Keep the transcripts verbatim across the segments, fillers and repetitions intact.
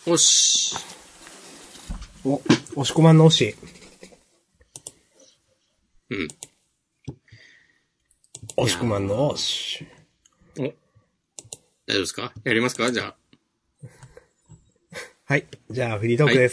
おし。 お、押し込まんの押し。 うん。 押し込まんの押し。 お。大丈夫ですか？やりますか？じゃあ。 はい。じゃあ、フリートークです。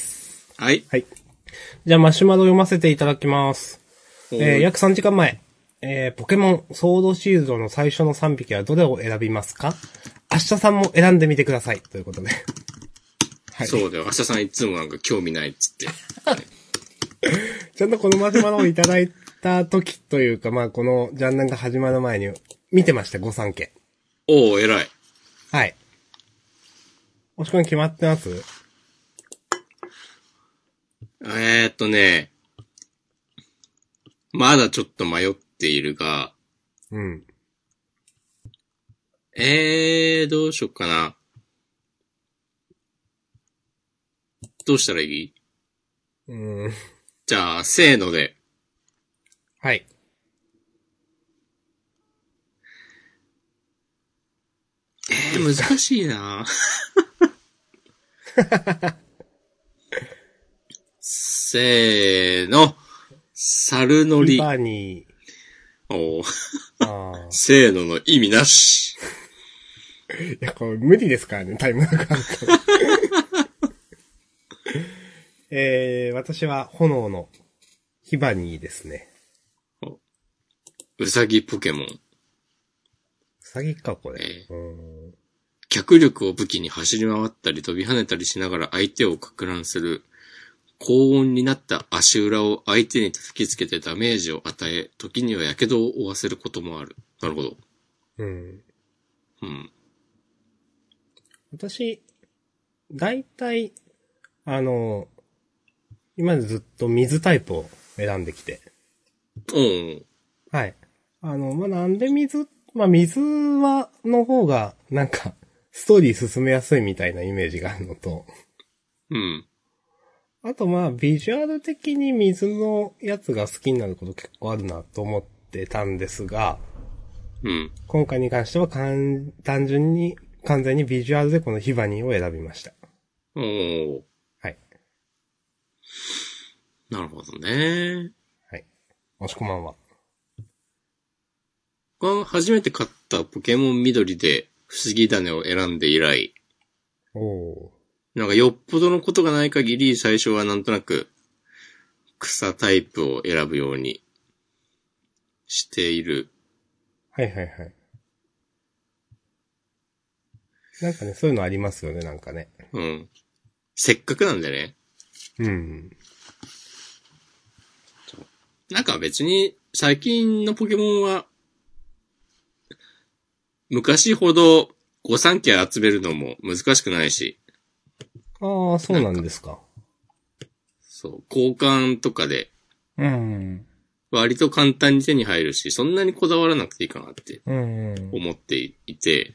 はい。 はい。じゃあ、マシュマロ読ませていただきます。えー、約さんじかんまえ。えー、ポケモンソードシールドの最初のさんびきはどれを選びますか？明日さんも選んでみてください。ということで。 はい。そうだよ。明日さんいつもなんか興味ないっつって。 ちゃんとこのマシュマロをいただいた時というか、まあこのジャンダンが始まる前に見てました、ご参家。 おー、偉い。 はい。おしくん決まってます？ えーっとね、まだちょっと迷っているが、 うん。 えー、どうしよっかな。どうしたらいい？ うーん。 じゃあ、せーので。 はい。 えー、難しいなせーの。猿のり。 ヒバニー。おー。 あせーのの意味なし。 いや、これ無理ですからね、タイムラグあるから。えー、私は炎のヒバニーですね。 うさぎポケモン。うサギか、これ。 えー、 うん脚力を武器に走り回ったり飛び跳ねたりしながら相手を撹乱する。高温になった足裏を相手に叩きつけてダメージを与え、時には火傷を負わせることもある。なるほど。 うん。 うん。 私、大体、あの、今までずっと水タイプを選んできて。 うん。 はい。あの、まあ、なんで水、まあ、水は、の方が、なんか、ストーリー進めやすいみたいなイメージがあるのと、 うん。 あとまあ、ビジュアル的に水のやつが好きになること結構あるなと思ってたんですが、 うん。 今回に関してはかん単純に、完全にビジュアルでこのヒバニーを選びました。 おー。 はい。 なるほどね。 はい。もしこまんは。 僕は初めて買ったポケモン緑で不思議種を選んで以来、 おー。 なんかよっぽどのことがない限り最初はなんとなく草タイプを選ぶようにしている。 はいはいはい。なんかね、そういうのありますよね、なんかね。 うん。せっかくなんでね。 うん。 なんか別に最近のポケモンは昔ほど御三家集めるのも難しくないし。 ああ、そうなんですか。 そう、交換とかでうん。 割と簡単に手に入るし、そんなにこだわらなくていいかなってうん。 思っていて、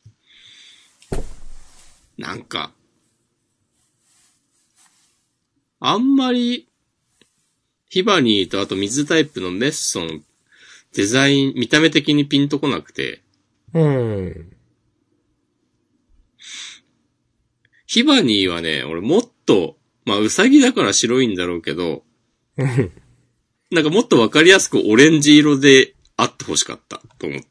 なんか、あんまり、ヒバニーとあと水タイプのメッソン、デザイン、見た目的にピンとこなくて、 うん。 ヒバニーはね、俺もっと、まあウサギだから白いんだろうけど、なんかもっとわかりやすくオレンジ色であってほしかったと思って。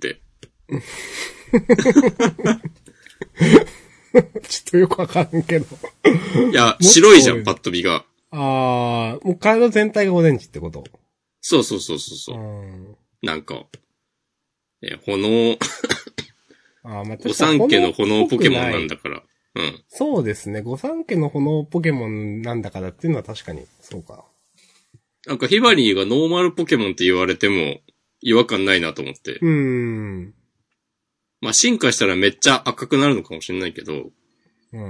ちょっとよくわからんけど。 いや、白いじゃん、パッと見が。 ああ、もう体全体がオレンジってこと？ そうそうそうそうそう。なんか、え、炎、 あまあ、 御三家の炎ポケモンなんだから。うん。 そうですね。御三家の炎ポケモンなんだからっていうのは確かに、そうか。 なんかヒバニーがノーマルポケモンって言われても違和感ないなと思って。 うーん。 まあ進化したらめっちゃ赤くなるのかもしれないけど。 うん。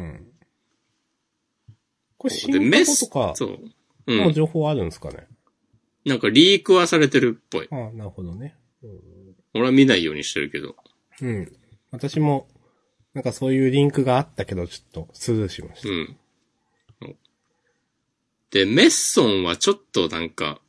これ進化後とか、そう。うん。もう情報あるんですかね。 なんかリークはされてるっぽい。 ああ、なるほどね。 うん、俺は見ないようにしてるけど。 うん。私も、なんかそういうリンクがあったけど、ちょっとスルーしました。 うん。で、メッソンはちょっとなんか、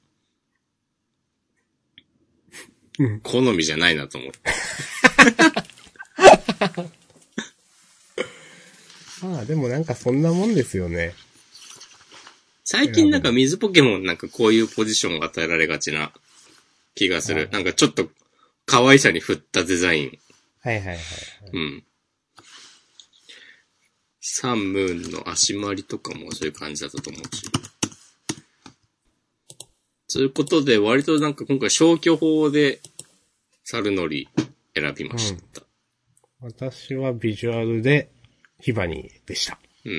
うん、好みじゃないなと思って。 まあでもなんかそんなもんですよね。 最近なんか水ポケモンなんかこういうポジションが与えられがちな気がする。なんかちょっと可愛さに振ったデザイン。 はいはいはい、はい。 うん。サンムーンの足回りとかもそういう感じだったと思うし。そういうことで割となんか今回消去法でサルノリ選びました。 うん、私はビジュアルでヒバニーでした。 うん。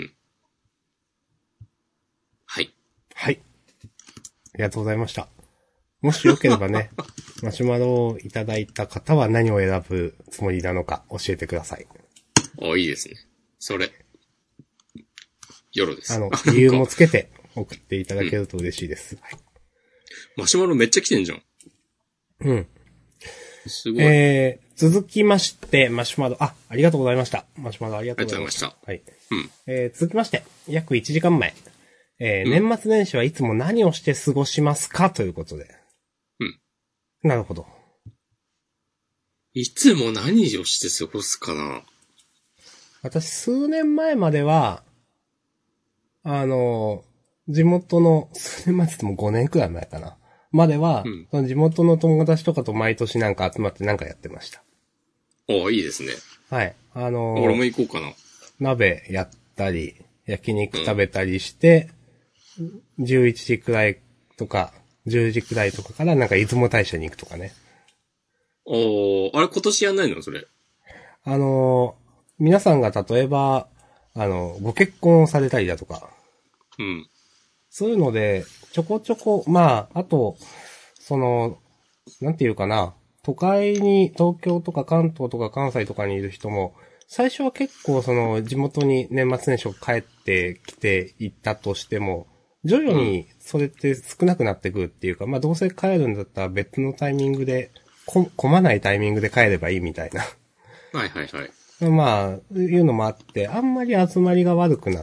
はい。 はい。ありがとうございました。もしよければね、マシュマロをいただいた方は何を選ぶつもりなのか教えてください。 あ、いいですね。それ。よろです。 あの、理由もつけて送っていただけると嬉しいです。うん、はい、 マシュマロめっちゃ来てんじゃん。 うん。 すごい。 えー、続きまして、マシュマロ、あ、ありがとうございました。マシュマロありがとうございました。ありがとうございました。はい。うん。えー、続きまして、約いちじかんまえ。えー、うん、年末年始はいつも何をして過ごしますかということで。 うん。 なるほど。 いつも何をして過ごすかな。 私、数年前までは、あの、地元の、数年前ってもごねんくらい前かな。までは、うん、その地元の友達とかと毎年なんか集まってなんかやってました。 おー、いいですね。 はい。あのー、 俺も行こうかな。 鍋やったり、焼肉食べたりして、うん、じゅういちじくらいとか、じゅうじくらいとかからなんか出雲大社に行くとかね。 おー、あれ今年やんないのそれ。 あのー、皆さんが例えば、あの、ご結婚をされたりだとか。 うん。 そういうので、ちょこちょこ、まあ、あと、その、なんていうかな、都会に、東京とか関東とか関西とかにいる人も、最初は結構その、地元に年末年始を帰ってきていったとしても、徐々にそれって少なくなってくるっていうか、うん、まあどうせ帰るんだったら別のタイミングで、こ、混まないタイミングで帰ればいいみたいな。 はいはいはい。 まあ、いうのもあって、あんまり集まりが悪くなって、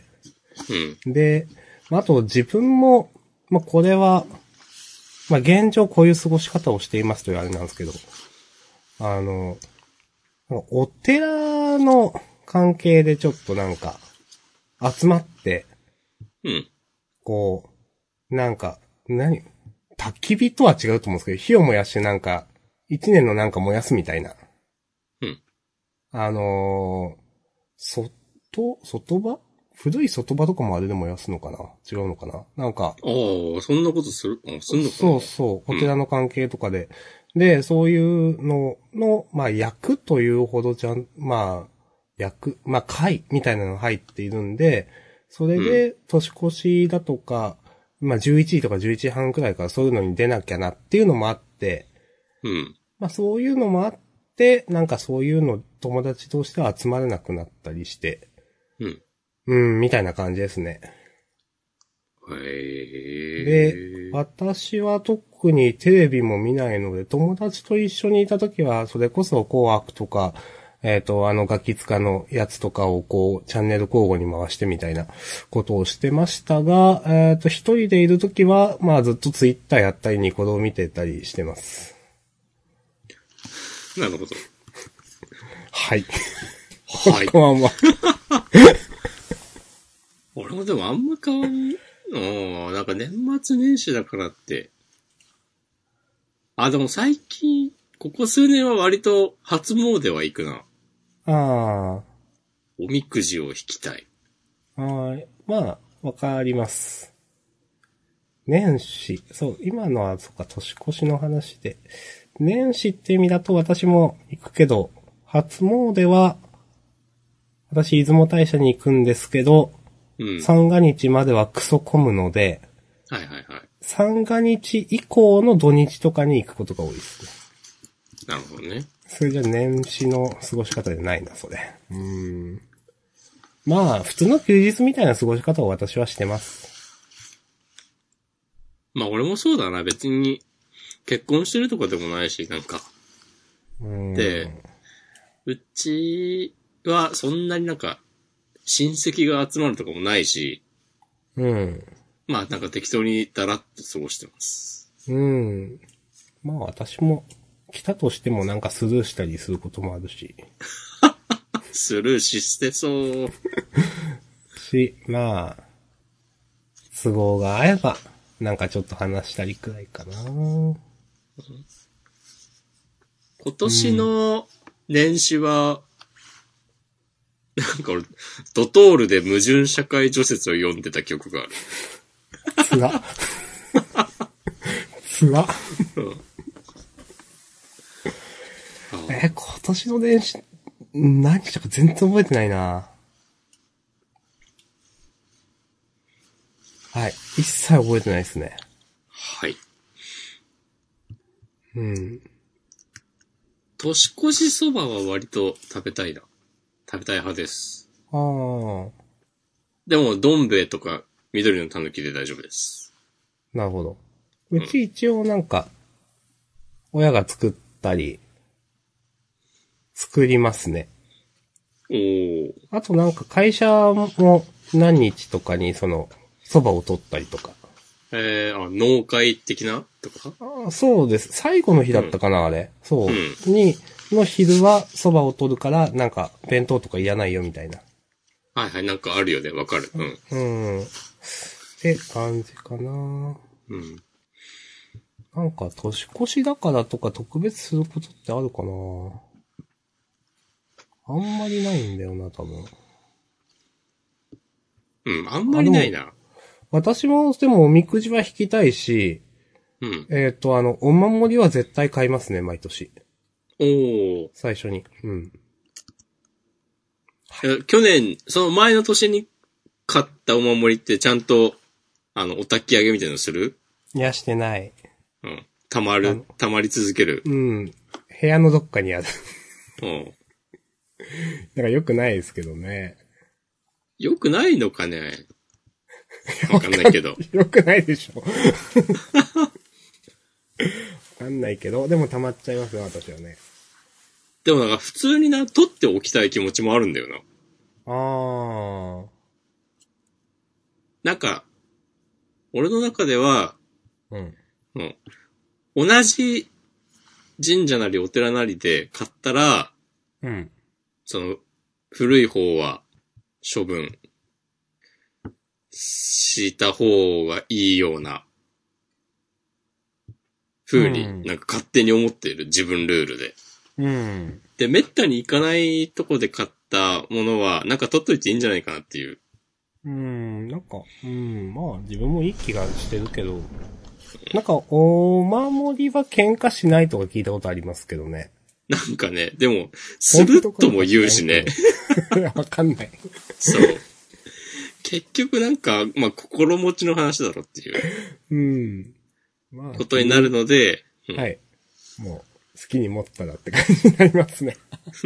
うん。 で、あと自分も、まあこれは、まあ現状こういう過ごし方をしていますというあれなんですけど、あの、お寺の関係でちょっとなんか、集まって、 うん。 こう、なんか、何焚き火とは違うと思うんですけど、火を燃やしてなんか、一年のなんか燃やすみたいな。 うん。 あのー、外、外場古い外場とかもあれで燃やすのかな違うのかななんか。 ああ、そんなことするあ、すんのかなそうそう、お寺の関係とかで。うん、で、そういうのの、まあ、役というほどじゃん、まあ、役、まあ、会みたいなのが入っているんで、それで、年越しだとか、うん、まあ、じゅういちじとかじゅういちじはんくらいからそういうのに出なきゃなっていうのもあって、 うん。 まあ、そういうのもあって、なんかそういうの友達同士では集まれなくなったりして、 うん。 うん、みたいな感じですね。 へー。 で、私は特にテレビも見ないので、友達と一緒にいた時は、それこそ紅白とか、えっと、あのガキ使のやつとかをこう、チャンネル交互に回してみたいなことをしてましたが、えっと、一人でいる時は、まあずっとツイッターやったりニコ動を見てたりしてます。 なるほど。 はい。 はい。 こんばんは。 俺もでもあんま変わん、ああ、なんか年末年始だからって。あ、でも最近、ここ数年は割と初詣は行くな。 ああ。 おみくじを引きたい。 はい。まあ、わかります。年始。そう、今のは、そっか、年越しの話で。年始って意味だと私も行くけど、初詣は、私、出雲大社に行くんですけど、 うん。 三が日まではクソ混むので、 はいはいはい。 三が日以降の土日とかに行くことが多いですね。 なるほどね。 それじゃ年始の過ごし方じゃないな、それ。うーん。まあ、普通の休日みたいな過ごし方を私はしてます。 まあ俺もそうだな、別に結婚してるとかでもないし、なんか。 うーん。 で、うちはそんなになんか、親戚が集まるとかもないし、 うん。 まあなんか適当にだらっと過ごしてます。 うん。まあ私も来たとしてもなんかスルーしたりすることもあるし。 スルーししてそう。 し、まあ、都合が合えば、なんかちょっと話したりくらいかな。 今年の年始は、なんか俺、ドトールで矛盾社会除雪を読んでた記憶がある。 つら。つら。 うんえ、今年の年始、何したか全然覚えてないな。はい。一切覚えてないですね。 はい。 うん。 年越しそばは割と食べたいな。食べたい派です。 ああ。 でも、どん兵衛とか緑のたぬきで大丈夫です。 なるほど。うち一応なんか、親が作ったり、作りますね。 おー。 あとなんか会社も何日とかにその、蕎麦を取ったりとか。 えー、あ、農会的なとかあそうです。最後の日だったかな、うん、あれ。そう。 うん、 に、の昼は蕎麦を取るから、なんか、弁当とかいらないよみたいな。 はいはい、なんかあるよね、わかる。うん。 うん。って感じかな。 うん。 なんか、年越しだからとか特別することってあるかな。あんまりないんだよな、多分。 うん、あんまりないな。 私も、でもおみくじは引きたいし、 うん。 えっと、あの、お守りは絶対買いますね、毎年。 おー。 最初に。うん。 去年、その前の年に買ったお守りってちゃんと、あの、お焚き上げみたいなのする？ いや、してない。 うん。溜まる、溜まり続ける。 うん。部屋のどっかにある。 うん。 だから良くないですけどね。 良くないのかね。わかんないけど。 良くないでしょ。わかんないけど、でも溜まっちゃいますよ、私はね。 でもなんか普通にな、取っておきたい気持ちもあるんだよな。 あー。 なんか、俺の中では、 うん。 うん。同じ神社なりお寺なりで買ったら、 うん。 その、古い方は処分した方がいいような、風になんか勝手に思っている、自分ルールで。 うん。 で、めったに行かないとこで買ったものは、なんか取っといていいんじゃないかなっていう。 うん、なんか、うん、まあ自分もいい気がしてるけど、なんか、お守りは喧嘩しないとか聞いたことありますけどね。 なんかね、でも、するとも言うしね。 わかんない。 そう。結局なんか、まあ、心持ちの話だろっていう。 うん。まあ。 ことになるので、 うん、はい。もう、好きに持ったらって感じになりますね。 うん。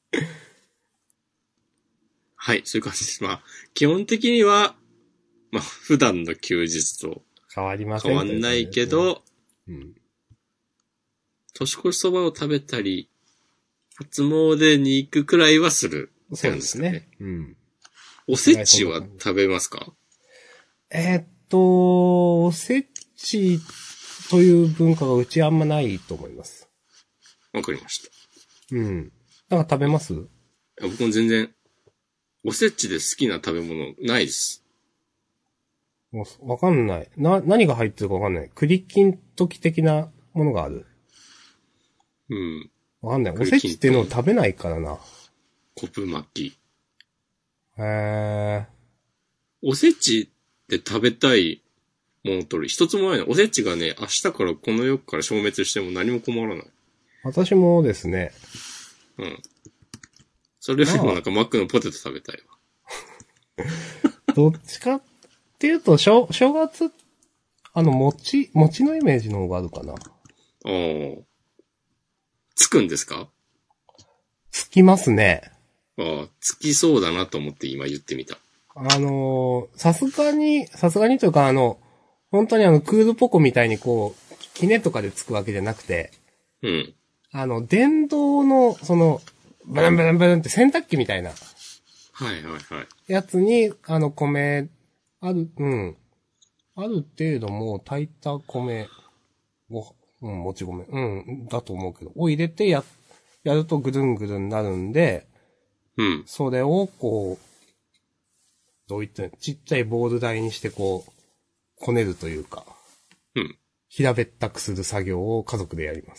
はい、そういう感じです。まあ、基本的には、まあ、普段の休日と変わりません、 変わんないけど、 うん。 年越しそばを食べたり、初詣に行くくらいはする、ね。 そうですね。うん。 おせちは食べますか？ えー、っと、おせちという文化がうちあんまないと思います。 わかりました。 うん。だから食べます？ 僕も全然、おせちで好きな食べ物ないです。 わかんない。な、何が入ってるかわかんない。栗きんとき的なものがある。 うん。 わかんない。おせちっていうのを食べないからな。 昆布巻き。 へー。 おせちって食べたいものとり、一つもないの。おせちがね、明日からこの世から消滅しても何も困らない。 私もですね。 うん。それよりもなんかマックのポテト食べたいわ。どっちかっていうと、正、正月、あの、餅、餅のイメージの方があるかな。 ああ。つくんですか？ つきますね。 ああ、つきそうだなと思って今言ってみた。 あのー、さすがに、さすがにというか、あの、本当にあの、クールポコみたいにこう、キネとかでつくわけじゃなくて、 うん。 あの、電動の、その、ブルンブルンブルンって洗濯機みたいな。 はいはいはい。 やつに、あの、米、ある、うん。ある程度もう炊いた米、ご、うん、もち米、うん、だと思うけど、を入れてや、やるとぐるんぐるんなるんで、 うん。 それをこう、どう言ってんの、ちっちゃいボール台にしてこう、こねるというか、 うん。 平べったくする作業を家族でやります。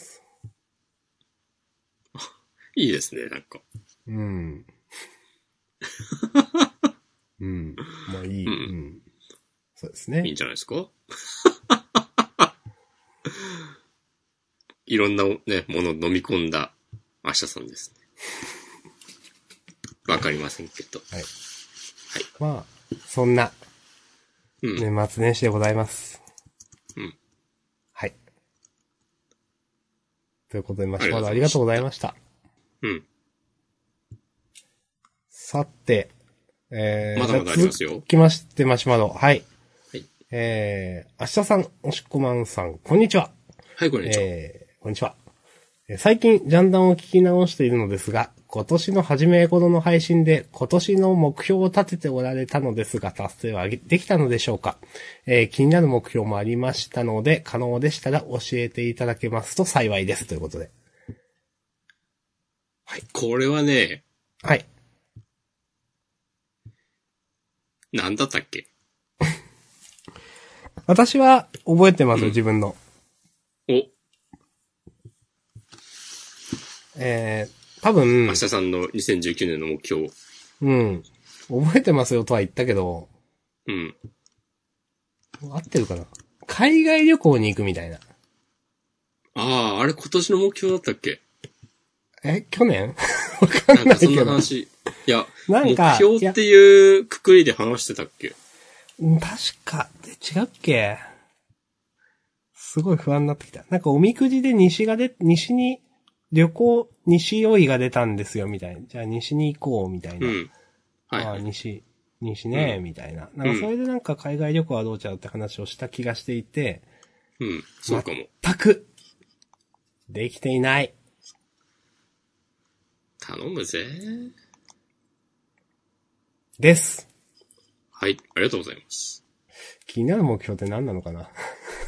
いいですね、なんか。 うん。うん。まあいい。 うん。 うん。そうですね。 いいんじゃないですかいろんなね、ものを飲み込んだ明日さんですね。わかりませんけど。 はい。 はい。 まあ、そんな、 うん。 年末年始でございます。 うん。 はい。ということで、マシュマロありがとうございました。 うん。 さて、えー、 まだまだありますよ。 続きまして、マシュマロ。はい。 はい。 えー、明日さん、おしっこまんさん、こんにちは。 はい、こんにちは。 えー、こんにちは。最近、ジャンダンを聞き直しているのですが、今年の初め頃の配信で今年の目標を立てておられたのですが、達成はできたのでしょうか、えー、気になる目標もありましたので、可能でしたら教えていただけますと幸いです。ということで。 はい。これはね。 はい。 何だったっけ私は覚えてますよ、うん、自分の。 お。 えー、多分。 明日さんのにせんじゅうきゅうねんの目標。 うん。覚えてますよとは言ったけど。 うん。 合ってるかな、海外旅行に行くみたいな。 ああ、あれ今年の目標だったっけえ、去年わかんないけど。なんかそんな話。いや、 なんか目標っていうくくりで話してたっけ？ 確か、違うっけ？すごい不安になってきた。なんかおみくじで西がで、西に、旅行、西酔いが出たんですよ、みたいな。じゃあ西に行こう、みたいな。 うん。はい、はい。 ああ、西、西ね、うん、みたいな。なんかそれでなんか海外旅行はどうちゃうって話をした気がしていて。 うん、そうかも。 全く、できていない。 頼むぜ。 です。 はい、ありがとうございます。 気になる目標って何なのかな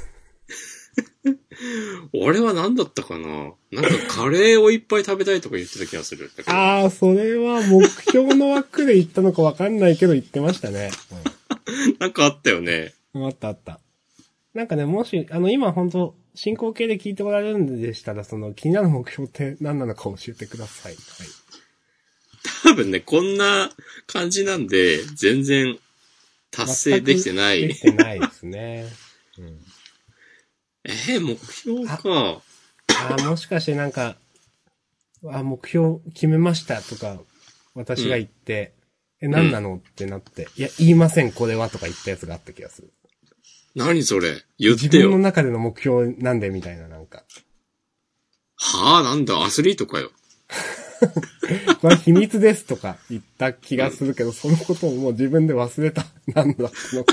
俺は何だったかな、なんかカレーをいっぱい食べたいとか言ってた気がする。 ああ、それは目標の枠で言ったのかわかんないけど言ってましたね。 うん、なんかあったよね。 あったあった。なんかね、もし、あの、今本当進行形で聞いておられるんでしたら、その気になる目標って何なのか教えてください。はい。 多分ね、こんな感じなんで、全然達成できてない。 できてないですね。うん、 えー、目標か。 ああ、もしかしてなんか、あ、目標決めましたとか、私が言って、うん、え、何なのってなって、いや、言いません、これはとか言ったやつがあった気がする。 何それ言ってよ。 自分の中での目標なんでみたいな、なんか。 はぁ、なんだ、アスリートかよ。 これ秘密ですとか言った気がするけど、うん、そのことをもう自分で忘れた。なんだったのか。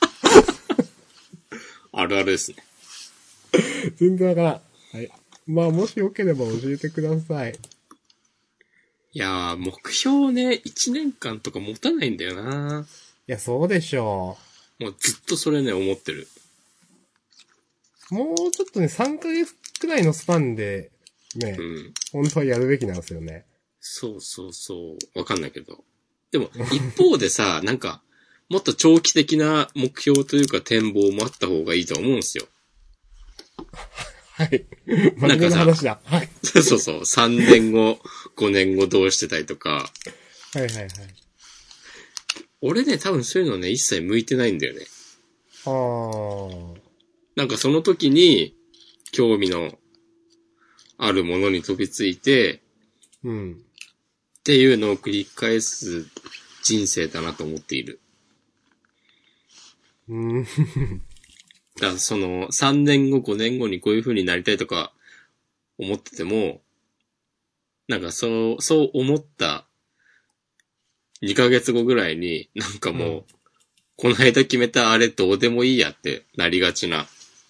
あるあるですね。 全然わからん。はい。まあ、もしよければ教えてください。 いやー、目標ね、一年間とか持たないんだよな。 いや、そうでしょう。もうずっとそれね、思ってる。 もうちょっとね、さんかげつくらいのスパンで、ね、うん、本当はやるべきなんですよね。 そうそうそう。わかんないけど。でも、一方でさ、なんか、もっと長期的な目標というか展望もあった方がいいと思うんですよ。 はい。真面目な話だ。はい。 そうそうそう。さんねんご、ごねんごどうしてたりとか。 はいはいはい。 俺ね、多分そういうのね、一切向いてないんだよね。 ああ。 なんかその時に、興味のあるものに飛びついて、 うん。 っていうのを繰り返す人生だなと思っている。 うん。 だからその、さんねんご、ごねんごにこういう風になりたいとか思ってても、なんかそう、そう思ったにかげつごぐらいに、なんかもう、うん、この間決めたあれどうでもいいやってなりがちな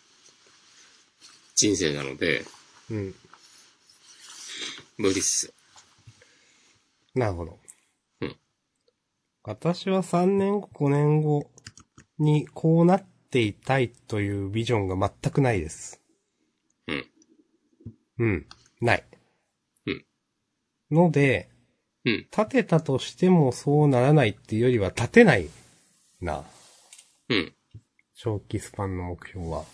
人生なので、 うん。 無理っす。 なるほど。 うん。 私はさんねんご、ごねんごにこうなっていたいというビジョンが全くないです。 うん。 うん。ない。 うん。 ので、 うん。 立てたとしてもそうならないっていうよりは立てないな。 うん。 長期スパンの目標は。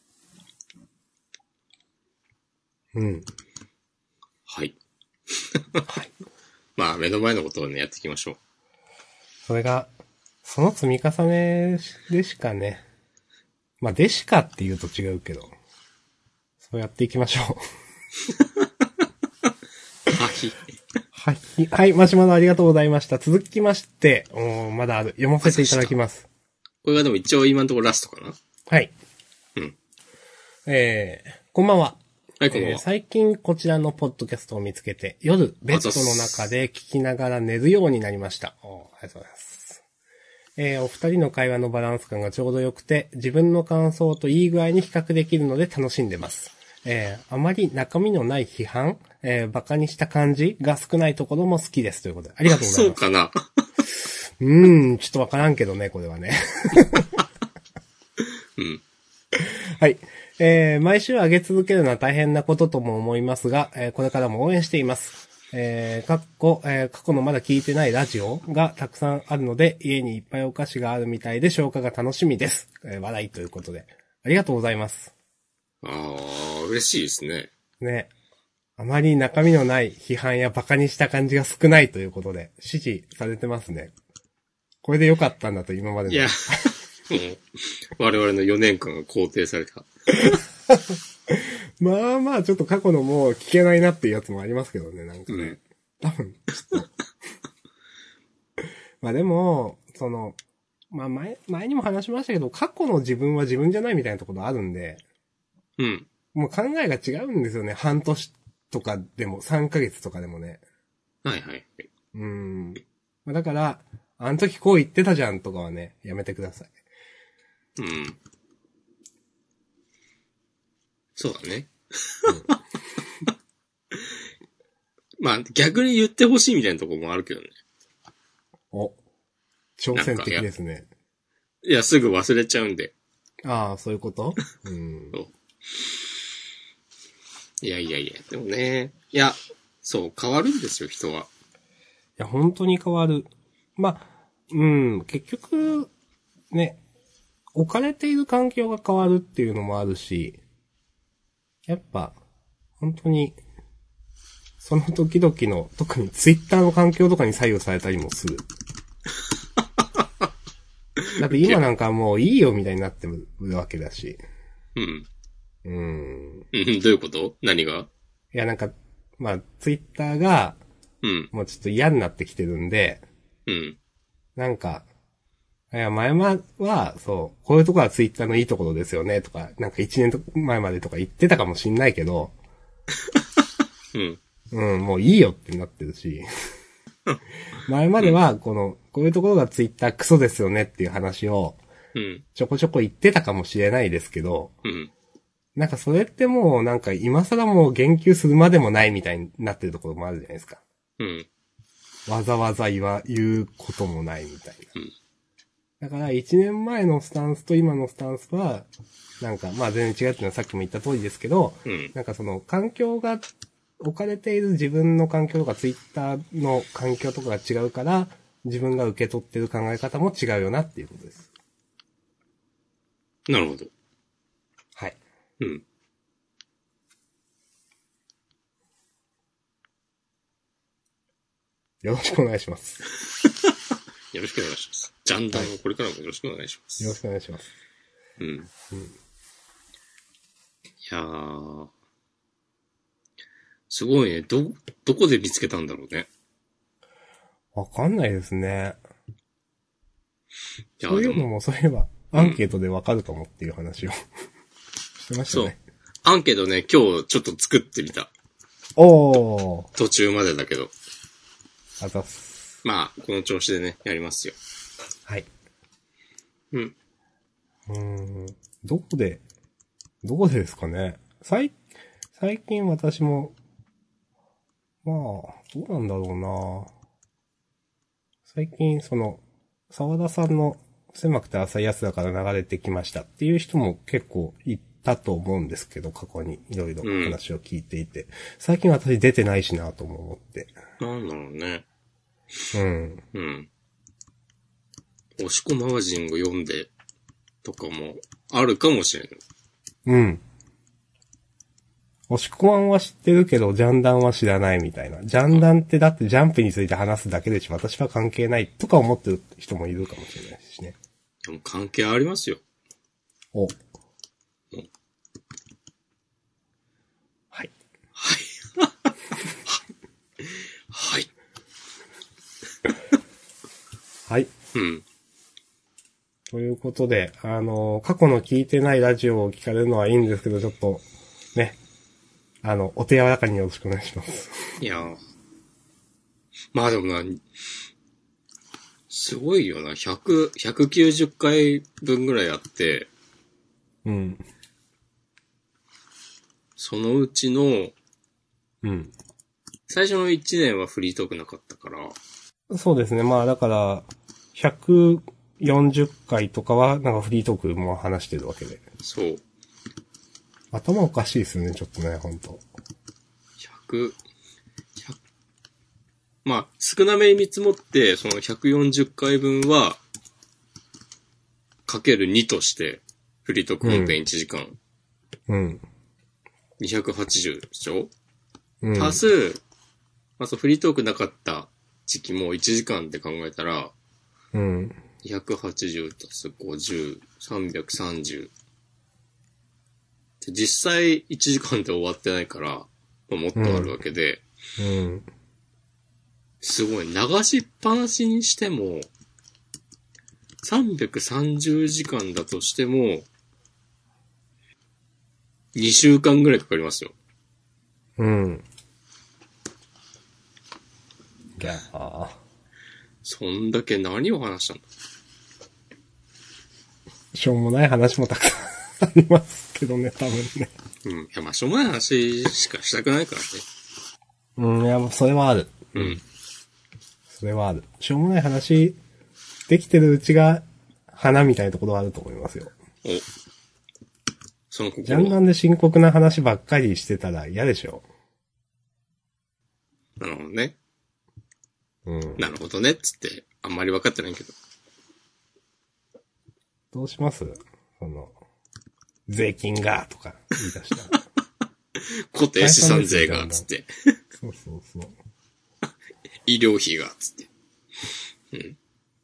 うん。 はい。 はい。 まあ、目の前のことをね、やっていきましょう。 それが、その積み重ねでしかね。まあ、でしかって言うと違うけど。そうやっていきましょう。 はい。 はい。はい。マシュマロありがとうございました。続きまして、おまだある。読ませていただきます。 これがでも一応今のところラストかな。 はい。 うん。 えー、こんばんは。 はい、こんばんは。 えー、最近こちらのポッドキャストを見つけて、夜、ベッドの中で聞きながら寝るようになりました。おありがとうございます。えー、お二人の会話のバランス感がちょうど良くて、自分の感想といい具合に比較できるので楽しんでます。えー、あまり中身のない批判、えー、馬鹿にした感じが少ないところも好きですということで。ありがとうございます。 そうかな。 うーん、ちょっとわからんけどね、これはね。 うん。 はい。えー、毎週上げ続けるのは大変なこととも思いますが、えー、これからも応援しています。えー、かっこ、えー、過去のまだ聞いてないラジオがたくさんあるので、家にいっぱいお菓子があるみたいで消化が楽しみです。えー、笑いということで。ありがとうございます。 ああ、嬉しいですね。 ね。あまり中身のない批判や馬鹿にした感じが少ないということで、支持されてますね。これで良かったんだと今までの。 いや、もう、我々のよねんかんが肯定された。 まあまあ、ちょっと過去のもう聞けないなっていうやつもありますけどね、なんかね。 うん、 多分、ちょっと。まあでも、その、まあ前、前にも話しましたけど、過去の自分は自分じゃないみたいなところあるんで、 うん。 もう考えが違うんですよね。半年とかでも、さんかげつとかでもね。 はいはい。 うん。まあだから、あの時こう言ってたじゃんとかはね、やめてください。 うん。そうだね。うん、まあ、逆に言ってほしいみたいなところもあるけどね。 お。挑戦的ですね。 いや、すぐ忘れちゃうんで。 ああ、そういうことうん。 そう。いやいやいや、でもね。いや、そう、変わるんですよ、人は。 いや、本当に変わる。まあ、うん、結局、ね、置かれている環境が変わるっていうのもあるし、やっぱ、本当に、その時々の、特にツイッターの環境とかに左右されたりもする。だって今なんかもういいよみたいになってるわけだし。 うん。 うん。 うん、どういうこと何がいやなんか、まあ、ツイッターが、 うん。 もうちょっと嫌になってきてるんで、 うん。 なんか、いや、前まは、そう、こういうところはツイッターのいいところですよね、とか、なんか一年前までとか言ってたかもしんないけど、 うん。 うん、もういいよってなってるし、前までは、この、こういうところがツイッタークソですよねっていう話を、 うん。 ちょこちょこ言ってたかもしれないですけど、 うん。 なんかそれってもうなんか今更もう言及するまでもないみたいになってるところもあるじゃないですか。 うん。 わざわざ言わ、言うこともないみたいな。 うん。 だから一年前のスタンスと今のスタンスは、なんかまあ全然違うっていうのはさっきも言った通りですけど、 うん。 なんかその環境が置かれている自分の環境とかツイッターの環境とかが違うから、自分が受け取ってる考え方も違うよなっていうことです。 なるほど。 はい。 うん。 よろしくお願いします。 よろしくお願いします。ジャンダンをこれからもよろしくお願いします。 よろしくお願いします。 うん。うん。いやー。すごいね。ど、どこで見つけたんだろうね。 わかんないですね。 いやそういうのもそういえば、アンケートでわかるかもっていう話を、うん、してましたね。 そう。アンケートね、今日ちょっと作ってみた。 おー。 途中までだけど。 あざっす。 まあ、この調子でね、やりますよ。 はい。 うん。 うーん。どこで、どこでですかね。最、最近私も、まあ、どうなんだろうな。最近、その、沢田さんの狭くて浅いやつだから流れてきましたっていう人も結構いたと思うんですけど、過去にいろいろ話を聞いていて、うん、最近私出てないしなとも思って。 なんだろうね。 うん。 うん。押し込まわ人を読んで、とかも、あるかもしれない。 うん。押し込まんは知ってるけど、ジャンダンは知らないみたいな。ジャンダンってだってジャンプについて話すだけでし、私は関係ないとか思ってる人もいるかもしれないしね。 でも関係ありますよ。 お。 はい。はい。はい。 はい。 うん。 ということで、あの、過去の聞いてないラジオを聞かれるのはいいんですけど、ちょっと、ね。あの、お手柔らかによろしくお願いします。 いやー。まあでもな、すごいよな。ひゃく、ひゃくきゅうじゅっかいぶんぐらいあって、 うん。 そのうちの、 うん。 最初のいちねんはフリートークなかったから。 そうですね。まあだから、ひゃくよんじゅっかいとかは、なんかフリートークも話してるわけで。 そう。 頭おかしいですね、ちょっとね、ほんと。 ひゃく、ひゃくまあ、少なめに見積もって、そのひゃくよんじゅっかいぶんは、かけるにとして、フリートーク本編いちじかん。 うん。 にひゃくはちじゅうでしょ、 うん、 足す、まあ、そう、フリートークなかった時期もいちじかんって考えたら、 うん。 にひゃくはちじゅう足すごじゅう、さんびゃくさんじゅう。実際いちじかんで終わってないから、まあ、もっとあるわけで、 うん。うん、 すごい、流しっぱなしにしても、さんびゃくさんじゅうじかんだとしても、にしゅうかんぐらいかかりますよ。 うん。いやー。 そんだけ何を話したんだ。 しょうもない話もたくさんありますけどね、多分ね。 うん。いや、まあ、しょうもない話しかしたくないからね。 うん、いや、もうそれはある。 うん。 それはある。しょうもない話、できてるうちが、花みたいなところはあると思いますよ。 お。その心は。 ジャンダンで深刻な話ばっかりしてたら嫌でしょ。 なるほどね。 うん。 なるほどね、つって、あんまり分かってないけど。 どうしますその、税金が、とか言い出したら。 固定資産税が、つって。 そうそうそう。 医療費が、つって。うん。い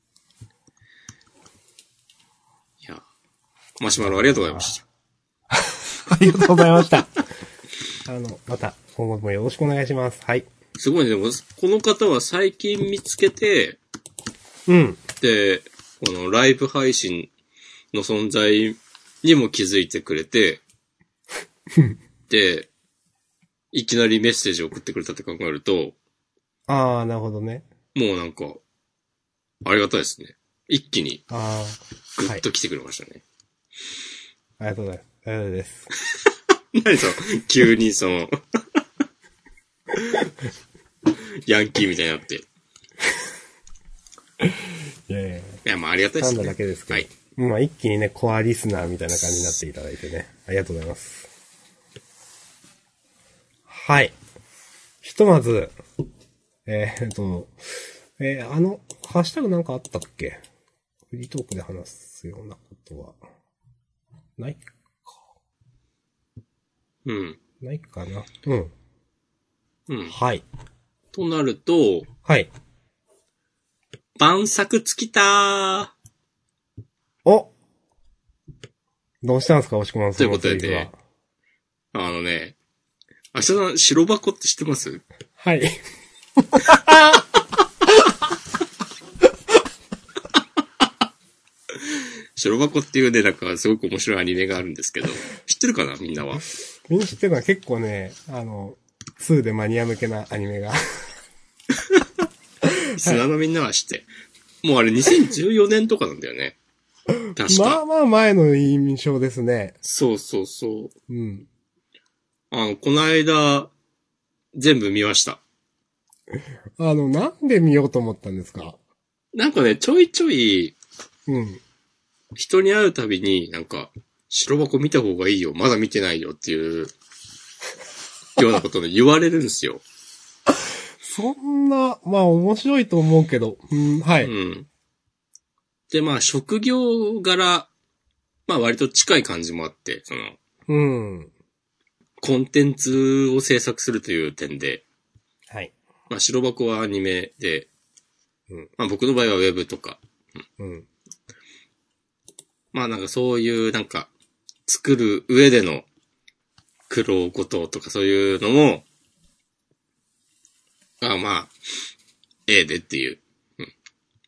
や、マシュマロありがとうございました。 ありがとうございました。あの、また、今後もよろしくお願いします。はい。 すごいね。でも、この方は最近見つけて、 うん。 で、このライブ配信の存在にも気づいてくれて、で、いきなりメッセージを送ってくれたって考えると、 ああ、なるほどね。 もうなんか、ありがたいですね。一気に、 ああ、 ぐっと来てくれましたね。 はい、ありがとうございます。ありがとうございます。 何その、急にその、ヤンキーみたいになって。 いやいやいや、まあありがたいですね。 なんだだけですけど。 はい。 まあ一気にね、コアリスナーみたいな感じになっていただいてね。ありがとうございます。はい。ひとまず、えー、っと、えー、あの、ハッシュタグなんかあったっけ？フリートークで話すようなことは、ないか。 うん。 ないかな。うん。 うん。 はい。 となると、 はい。 晩作尽きたー。 おどうしたんですか、押し込まんということでね、あのね、明日さん、白箱って知ってます？ はい。 白箱っていうね、なんかすごく面白いアニメがあるんですけど、知ってるかなみんなは。 みんな知ってるのは結構ね、あの、ツーでマニア向けなアニメが。 砂のみんなは知って。もうあれにせんじゅうよねんとかなんだよね。確か。 まあまあ前の印象ですね。 そうそうそう。 うん。 あの、この間、全部見ました。 あの、なんで見ようと思ったんですか？ なんかね、ちょいちょい、 うん。 人に会うたびに、なんか、白箱見た方がいいよ、まだ見てないよっていう、ようなことで言われるんですよ。 そんな、まあ面白いと思うけど、うん、はい。 うん。で、まあ職業柄、まあ割と近い感じもあって、その、 うん。 コンテンツを制作するという点で、 はい。 まあ白箱はアニメで、 うん。 まあ僕の場合はウェブとか、 うん。 まあなんかそういうなんか、作る上での苦労事とかそういうのも、あまあ、ええでっていう、うん、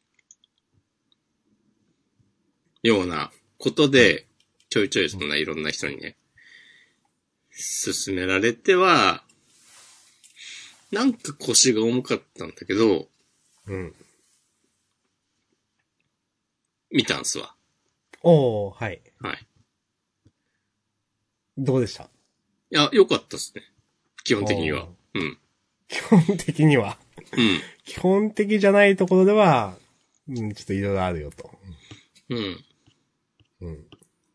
ようなことで、ちょいちょいそんないろんな人にね、勧められては、なんか腰が重かったんだけど、 うん。 見たんすわ。 おー、はい。 はい。 どうでした？ いや、良かったっすね。基本的には。 おーうん。 基本的には。 うん。 基本的じゃないところでは、うん、ちょっといろいろあるよと。 うん。 うん。 い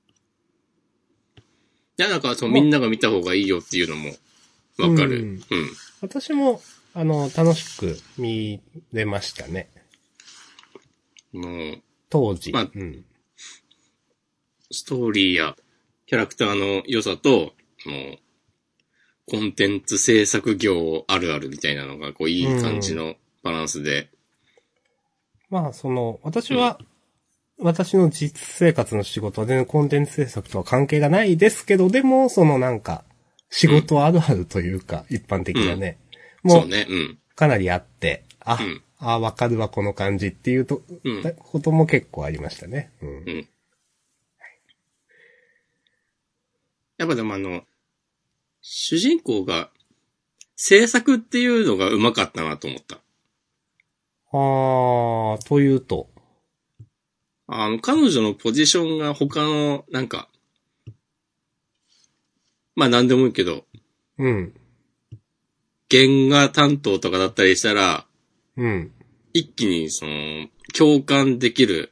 や、なんかそう、 まみんなが見た方がいいよっていうのも、わかる。 うん。 うん。 私も、あの、楽しく見れましたね。 もう、 当時。 まあ、 うん。 ストーリーやキャラクターの良さと、あの、コンテンツ制作業あるあるみたいなのが、こう、いい感じのバランスで。 まあ、その、私は、うん、私の実生活の仕事は全然コンテンツ制作とは関係がないですけど、でも、そのなんか、仕事あるあるというか、うん、一般的なね。 うん、もう、そうね、うん。 かなりあって、あ、 うん、 あ、わかるわ、この感じっていうと、うん、ことも結構ありましたね。うん。うん、 やっぱでもあの、主人公が、制作っていうのが上手かったなと思った。 あー、というと。 あの、彼女のポジションが他の、なんか、まあ何でもいいけど、 うん。 原画担当とかだったりしたら、 うん。 一気にその、共感できる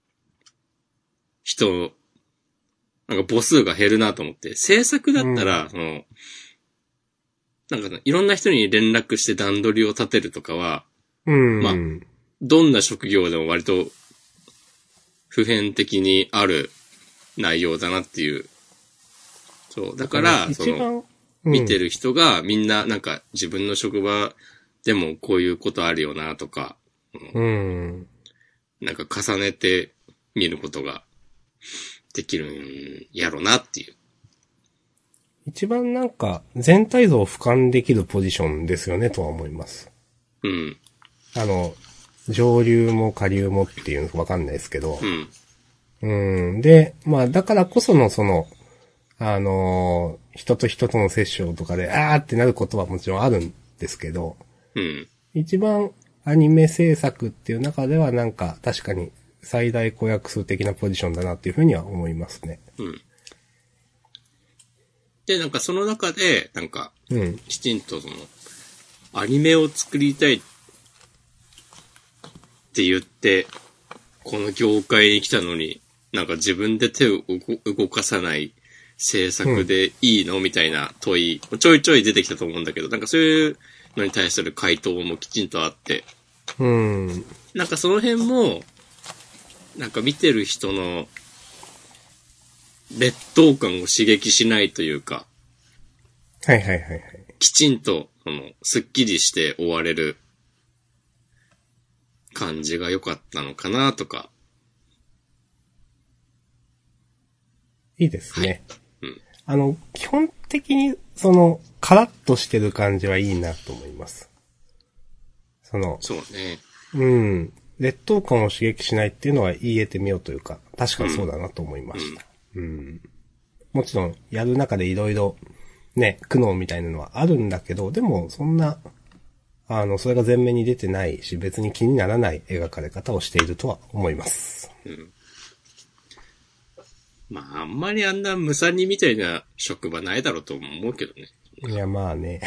人、なんか母数が減るなと思って、制作だったら、うん、その、なんかいろんな人に連絡して段取りを立てるとかは、 うん。 まあ、どんな職業でも割と普遍的にある内容だなっていう。そう。だから、その、うん、見てる人がみんななんか自分の職場でもこういうことあるよなとか、 うん、 なんか重ねて見ることができるんやろなっていう。 一番なんか全体像を俯瞰できるポジションですよねとは思います。 うん。 あの、上流も下流もっていうのわかんないですけど。うん。うん。で、まあだからこそのその、あのー、人と人との接触とかで、あーってなることはもちろんあるんですけど、 うん。 一番アニメ制作っていう中ではなんか確かに最大公約数的なポジションだなっていうふうには思いますね。 うん。で、なんかその中で、なんか、きちんとその、アニメを作りたいって言って、この業界に来たのに、なんか自分で手を動かさない制作でいいの、うん、みたいな問い、ちょいちょい出てきたと思うんだけど、なんかそういうのに対する回答もきちんとあって、 うん。 なんかその辺も、なんか見てる人の劣等感を刺激しないというか、 はいはいはいはい。 きちんと、その、スッキリして終われる感じが良かったのかなとか。 いいですね。 はい、うん。 あの、基本的に、その、カラッとしてる感じはいいなと思います。その、 そうね。 うん。劣等感を刺激しないっていうのは言えてみようというか、確かにそうだなと思いました。うん。うん、もちろん、やる中でいろいろ、ね、苦悩みたいなのはあるんだけど、でも、そんな、あの、それが前面に出てないし、別に気にならない描かれ方をしているとは思います。 うん。まあ、あんまりあんなムサニみたいな職場ないだろうと思うけどね。 いや、まあね。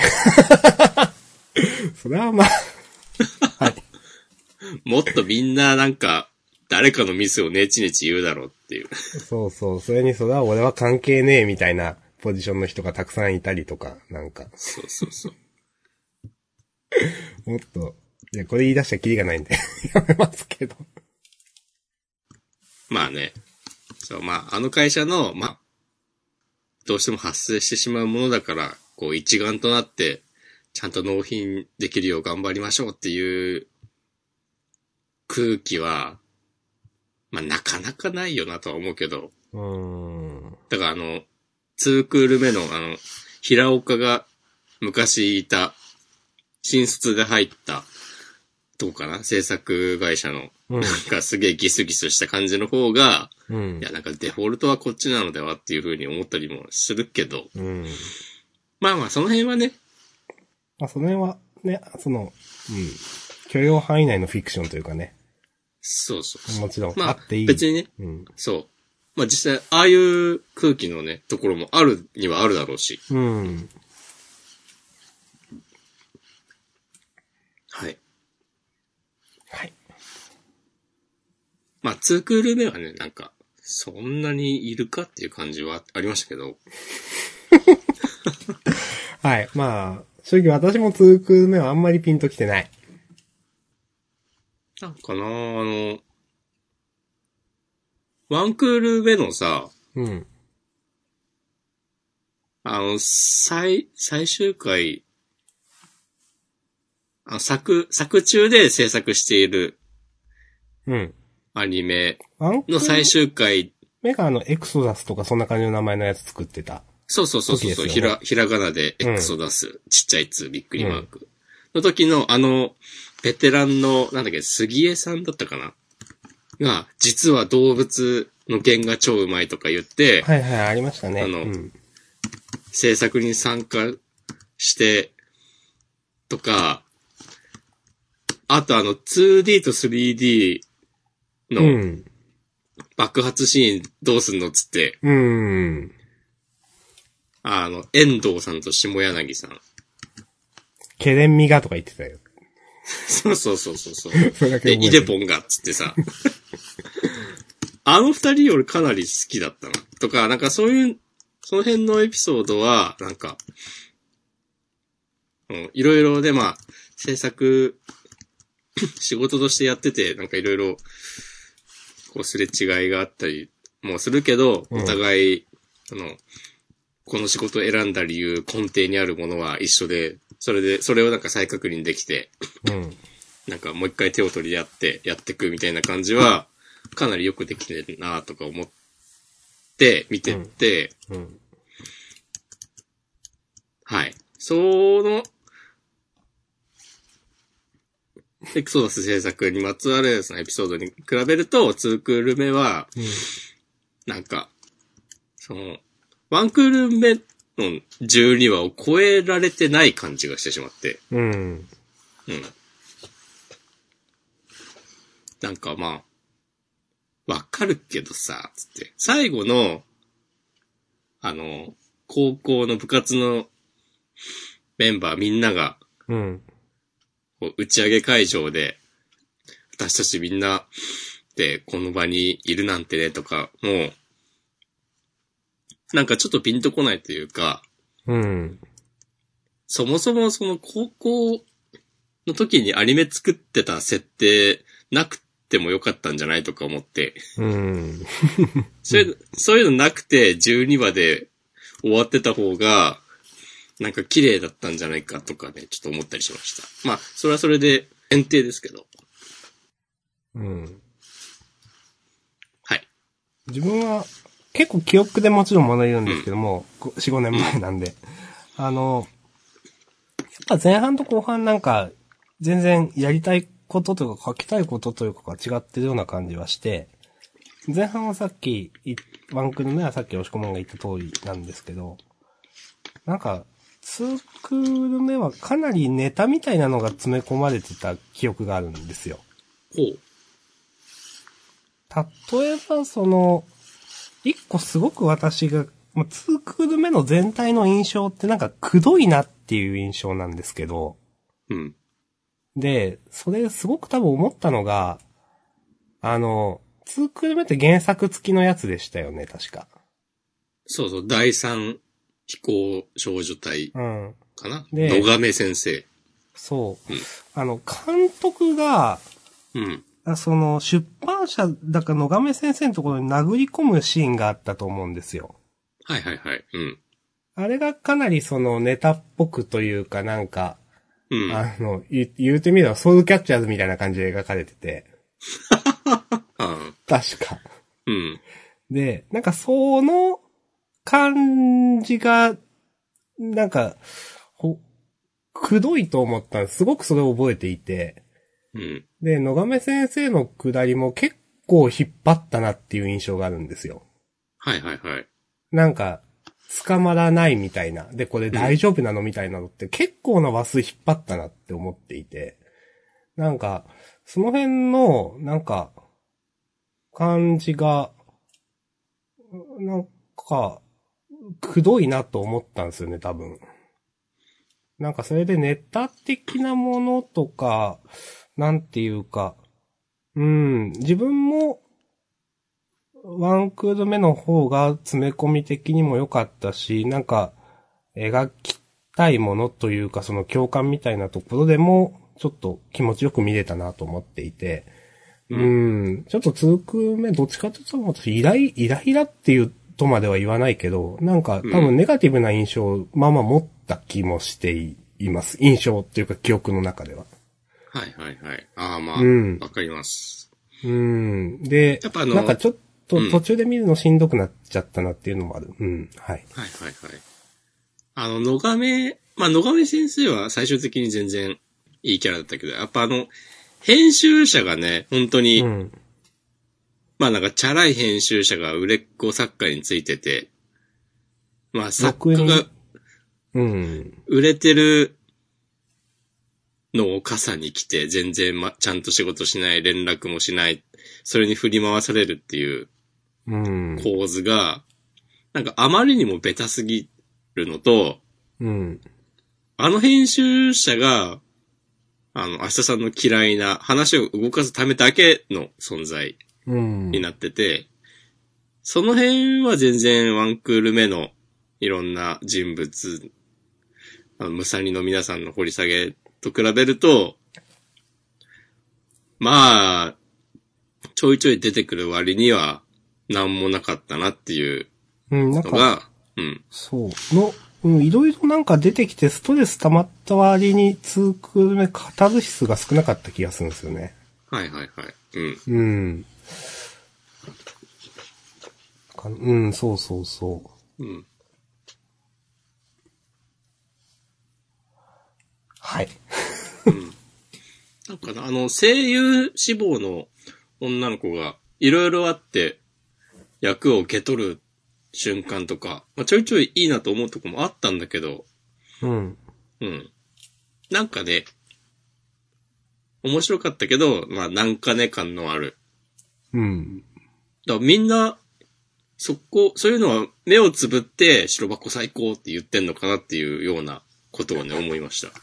それはまあ、はい。 もっとみんななんか、誰かのミスをネチネチ言うだろうっていう。 そうそう、それにそれは俺は関係ねえみたいなポジションの人がたくさんいたりとか、なんか。 そうそうそう。 もっと、いや、これ言い出したらキリがないんで、やめますけど。 まあね。そう、まあ、あの会社の、まあ、どうしても発生してしまうものだから、こう一丸となって、ちゃんと納品できるよう頑張りましょうっていう空気は、まあなかなかないよなとは思うけど。 うーん。 だからあの、ツークール目のあの、平岡が昔いた、新卒で入った、どうかな制作会社の、 うん、 なんかすげえギスギスした感じの方が、 うん、 いやなんかデフォルトはこっちなのではっていう風に思ったりもするけど、 うん、 まあまあその辺はね、 まあその辺はね、その、うん、許容範囲内のフィクションというかね。 そうそうそう。 もちろん、 まあ、 あっていい。 別にね、 うん、 そう。まあ実際、ああいう空気のね、ところもあるにはあるだろうし。 うん。 はい。 はい。 まあ、ツークール目はね、なんか、そんなにいるかっていう感じはありましたけど。 はい。まあ、正直私もツークール目はあんまりピンときてない。 なんかなあの、ワンクール目のさ、 うん。 あの、最、最終回、あの作、作中で制作しているうん。 アニメワンクールの最終回。 目があの、エクソダスとかそんな感じの名前のやつ作ってた。 そうそうそうそう、 ね、 ひら、ひらがなでエクソダス、うん、ちっちゃいつびっくりマーク。の時のあの、ベテランの、なんだっけ、杉江さんだったかなが、実は動物の弦が超うまいとか言って、 はいはい、ありましたね。 あの、 うん、 制作に参加して、とか、あとあの ツーディー と スリーディー の爆発シーンどうすんのっつって、 うん、 あの、遠藤さんと下柳さん。 ケレンミガとか言ってたよ。 そうそうそうそうそう。で、イデポンがっつってさ。あの二人俺かなり好きだったな。とか、なんかそういう、その辺のエピソードは、なんか、うん、いろいろでまあ、制作、仕事としてやってて、なんかいろいろ、こうすれ違いがあったりもするけど、お互い、あの、この仕事を選んだ理由、根底にあるものは一緒で、それで、それをなんか再確認できて、 うん、 なんかもう一回手を取り合って、やっていくみたいな感じは、かなりよくできてるなとか思って、見てって、 うんうん、 はい。その、エクソダス制作にまつわるそのエピソードに比べると、ツークール目は、うん、なんか、その、ワンクール目のじゅうにわを超えられてない感じがしてしまって。 うん。うん。 なんかまあ、わかるけどさ、つって。最後の、あの、高校の部活のメンバーみんなが、 うん。 打ち上げ会場で、私たちみんなでこの場にいるなんてねとか、もう、なんかちょっとピンとこないというか、 うん。 そもそもその高校の時にアニメ作ってた設定なくてもよかったんじゃないとか思って、 うん。 そういう、そういうのなくてじゅうにわで終わってた方が、なんか綺麗だったんじゃないかとかね、ちょっと思ったりしました。まあ、それはそれで限定ですけど。 うん。 はい。 自分は結構記憶でもちろん物言うんですけども、うん、よん、ごねんまえなんで。あの、やっぱ前半と後半なんか、全然やりたいことというか書きたいことというかが違ってるような感じはして、前半はさっき、ワンクール目はさっき押し込まんが言った通りなんですけど、なんか、ツークール目はかなりネタみたいなのが詰め込まれてた記憶があるんですよ。 ほう。 例えばその、一個すごく私が、ツークール目の全体の印象ってなんかくどいなっていう印象なんですけど。 うん。 で、それすごく多分思ったのが、あの、ツークール目って原作付きのやつでしたよね、確か。 そうそう、第三飛行少女隊かな、うん、で、野亀先生。 そう。 うん、 あの、監督が、 うん。 その、出版社だか野亀先生のところに殴り込むシーンがあったと思うんですよ。 はいはいはい。うん。 あれがかなりそのネタっぽくというかなんか、 うん。 あの、言言うてみればソウルキャッチャーズみたいな感じで描かれてて。 あ確か。 うん。 で、なんかその感じが、なんか、ほ、くどいと思ったんです。すごくそれを覚えていて。 うん。 で、野亀先生のくだりも結構引っ張ったなっていう印象があるんですよ。 はいはいはい。 なんか、捕まらないみたいな。で、これうん。 大丈夫なのみたいなのって結構な話数引っ張ったなって思っていて。なんか、その辺の、なんか、感じが、なんか、くどいなと思ったんですよね、多分。なんかそれでネタ的なものとか、なんていうか、うん、自分も、ワンクール目の方が詰め込み的にも良かったし、なんか、描きたいものというか、その共感みたいなところでも、ちょっと気持ちよく見れたなと思っていて、ううん。 ん、ちょっとにクール目、どっちかというと、私、イライ、イライラっていうとまでは言わないけど、なんか多分ネガティブな印象をまあまあ持った気もしています。印象っていうか記憶の中では。 はいはいはい。ああまあ、 うん。 わかります。 うん。で、 やっぱあの、 なんかちょっと途うん。 中で見るのしんどくなっちゃったなっていうのもある。うん。はい。 はいはいはい。あの、野亀、まあ野亀先生は最終的に全然いいキャラだったけど、やっぱあの、編集者がね、本当に、 うん。 まあなんかチャラい編集者が売れっ子作家についてて、まあ作家が俗に、うん。 売れてるのを傘に来て、全然ま、ちゃんと仕事しない、連絡もしない、それに振り回されるっていううん。 構図が、なんかあまりにもベタすぎるのと、 うん。 あの編集者が、あの、明日さんの嫌いな話を動かすためだけの存在うん。 になってて、その辺は全然ワンクール目のいろんな人物、あのムサリの皆さんの掘り下げと比べると、まあ、ちょいちょい出てくる割には何もなかったなっていううん、なんか、 のが、うん。 そう。の、うん、いろいろなんか出てきてストレス溜まった割ににクール目カタルシスが少なかった気がするんですよね。 はいはいはい。うん。 うん。かうん、そうそうそうん。 う。はい。 うん。なんかな、あの、声優志望の女の子がいろいろあって役を受け取る瞬間とか、まあ、ちょいちょいいいなと思うとこもあったんだけど、 うん。 うん。なんかね、面白かったけど、まあなんかね感のある。 うん。 だからみんな、そこ、そういうのは目をつぶって白箱最高って言ってんのかなっていうようなことをね、思いました。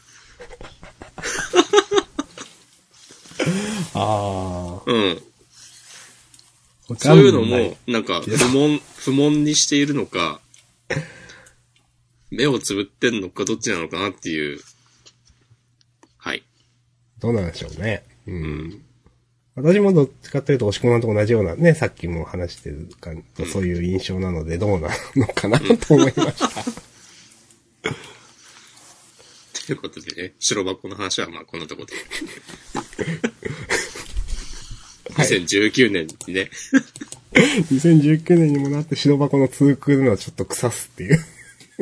ああ。 うん。そういうのも、なんか、不問、不問にしているのか、目をつぶってんのかどっちなのかなっていう。はい。 どうなんでしょうね。うん。うん、私もどっちかというと、押し込まんと同じようなね、さっきも話してるか、うん、そういう印象なので、どうなのかなと思いました。 ということでね、白箱の話はまあこんなところで。にせんじゅうきゅうねんにね。 にせんじゅうきゅうねんにもなって白箱のツークールのはちょっと腐すっていう。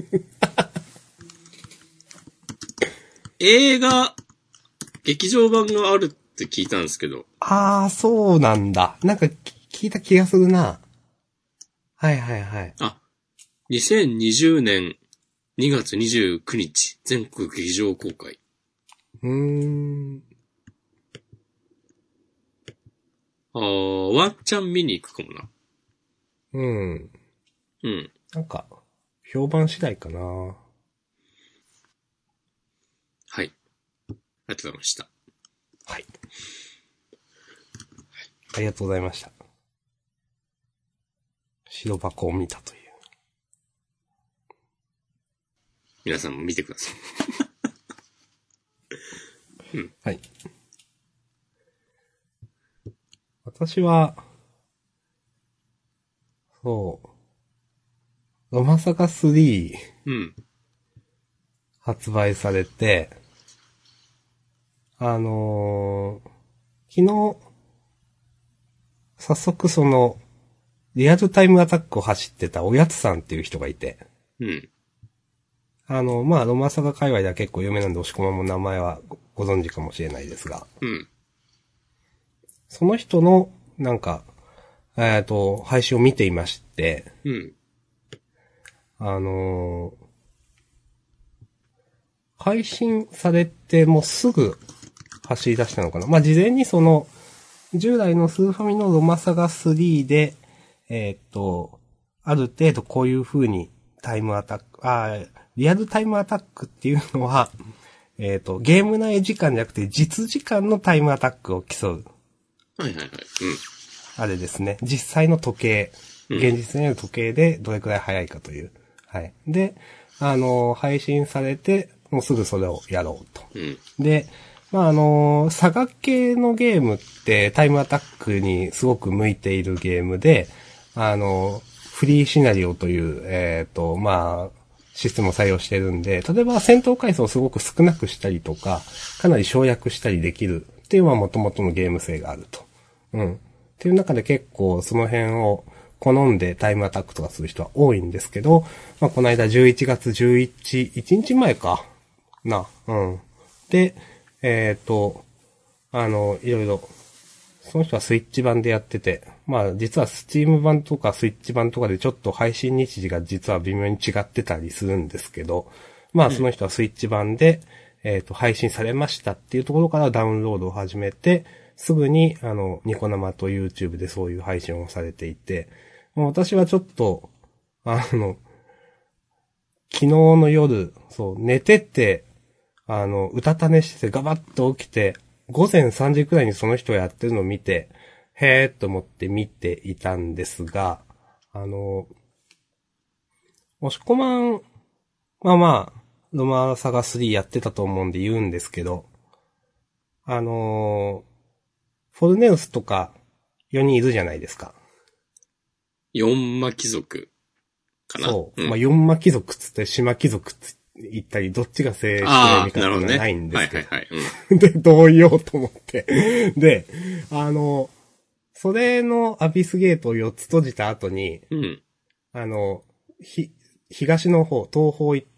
映画、劇場版があるって聞いたんですけど。 ああ、そうなんだ。なんか聞いた気がするな。はいはいはい。 あ、にせんにじゅうねんにがつにじゅうくにち、全国劇場公開。 うーん。 あー、ワンチャン見に行くかもな。 うん。 うん。 なんか、評判次第かな。 はい。ありがとうございました。 はい。ありがとうございました。白箱を見たという。 皆さんも見てください。 うん。 はい。私は、そう、ロマサガスリーうん。 発売されて、あのー、昨日、早速その、リアルタイムアタックを走ってたおやつさんっていう人がいて、 うん。 あの、まあ、ロマサガ界隈では結構有名なんで、押し込まんも名前はごご存知かもしれないですが、 うん。 その人の、なんか、えっと、配信を見ていまして、 うん。 あのー配信されてもうすぐ走り出したのかな。まあ、事前にその、従来のスーファミのロマサガスリーで、えーっと、ある程度こういう風にタイムアタック、あーリアルタイムアタックっていうのは、えーっと、ゲーム内時間じゃなくて実時間のタイムアタックを競う。 はいはいはい。 あれですね。実際の時計、 うん。 現実にある時計でどれくらい早いかという。はい。で、あの、配信されて、もうすぐそれをやろうと。 うん。 で、まあ、あの、差額系のゲームってタイムアタックにすごく向いているゲームで、あの、フリーシナリオという、えっと、まあ、システムを採用してるんで、例えば戦闘回数をすごく少なくしたりとか、かなり省略したりできるっていうのは元々のゲーム性があると。うん。っていう中で結構その辺を好んでタイムアタックとかする人は多いんですけど、まあ、この間じゅういちがつじゅういち、いちにちまえか。な、うん。で、えっと、あの、いろいろ、その人はスイッチ版でやってて、まあ実はスチーム版とかスイッチ版とかでちょっと配信日時が実は微妙に違ってたりするんですけど、まあその人はスイッチ版で、えっと、配信されましたっていうところからダウンロードを始めて、すぐに、あの、ニコ生と YouTube でそういう配信をされていて、もう私はちょっと、あの、昨日の夜、そう、寝てて、あの、うたた寝しててガバッと起きて、午前さんじくらいにその人がやってるのを見て、へーっと思って見ていたんですが、あの、押し込まん、まあまあ、ロマサガスリーやってたと思うんで言うんですけど、あのフォルネウスとかよにんいるじゃないですか。 四魔貴族かな。 そう。 うん、 まあ、四魔貴族つって島貴族つ言ったり、どっちが正式な読み方がないんですけど。 はいはいはい。うん、で、どう言おうと思って。で、あの、それのアビスゲートをよっつ閉じた後に、 うん。 あの、ひ、東の方、東方行って、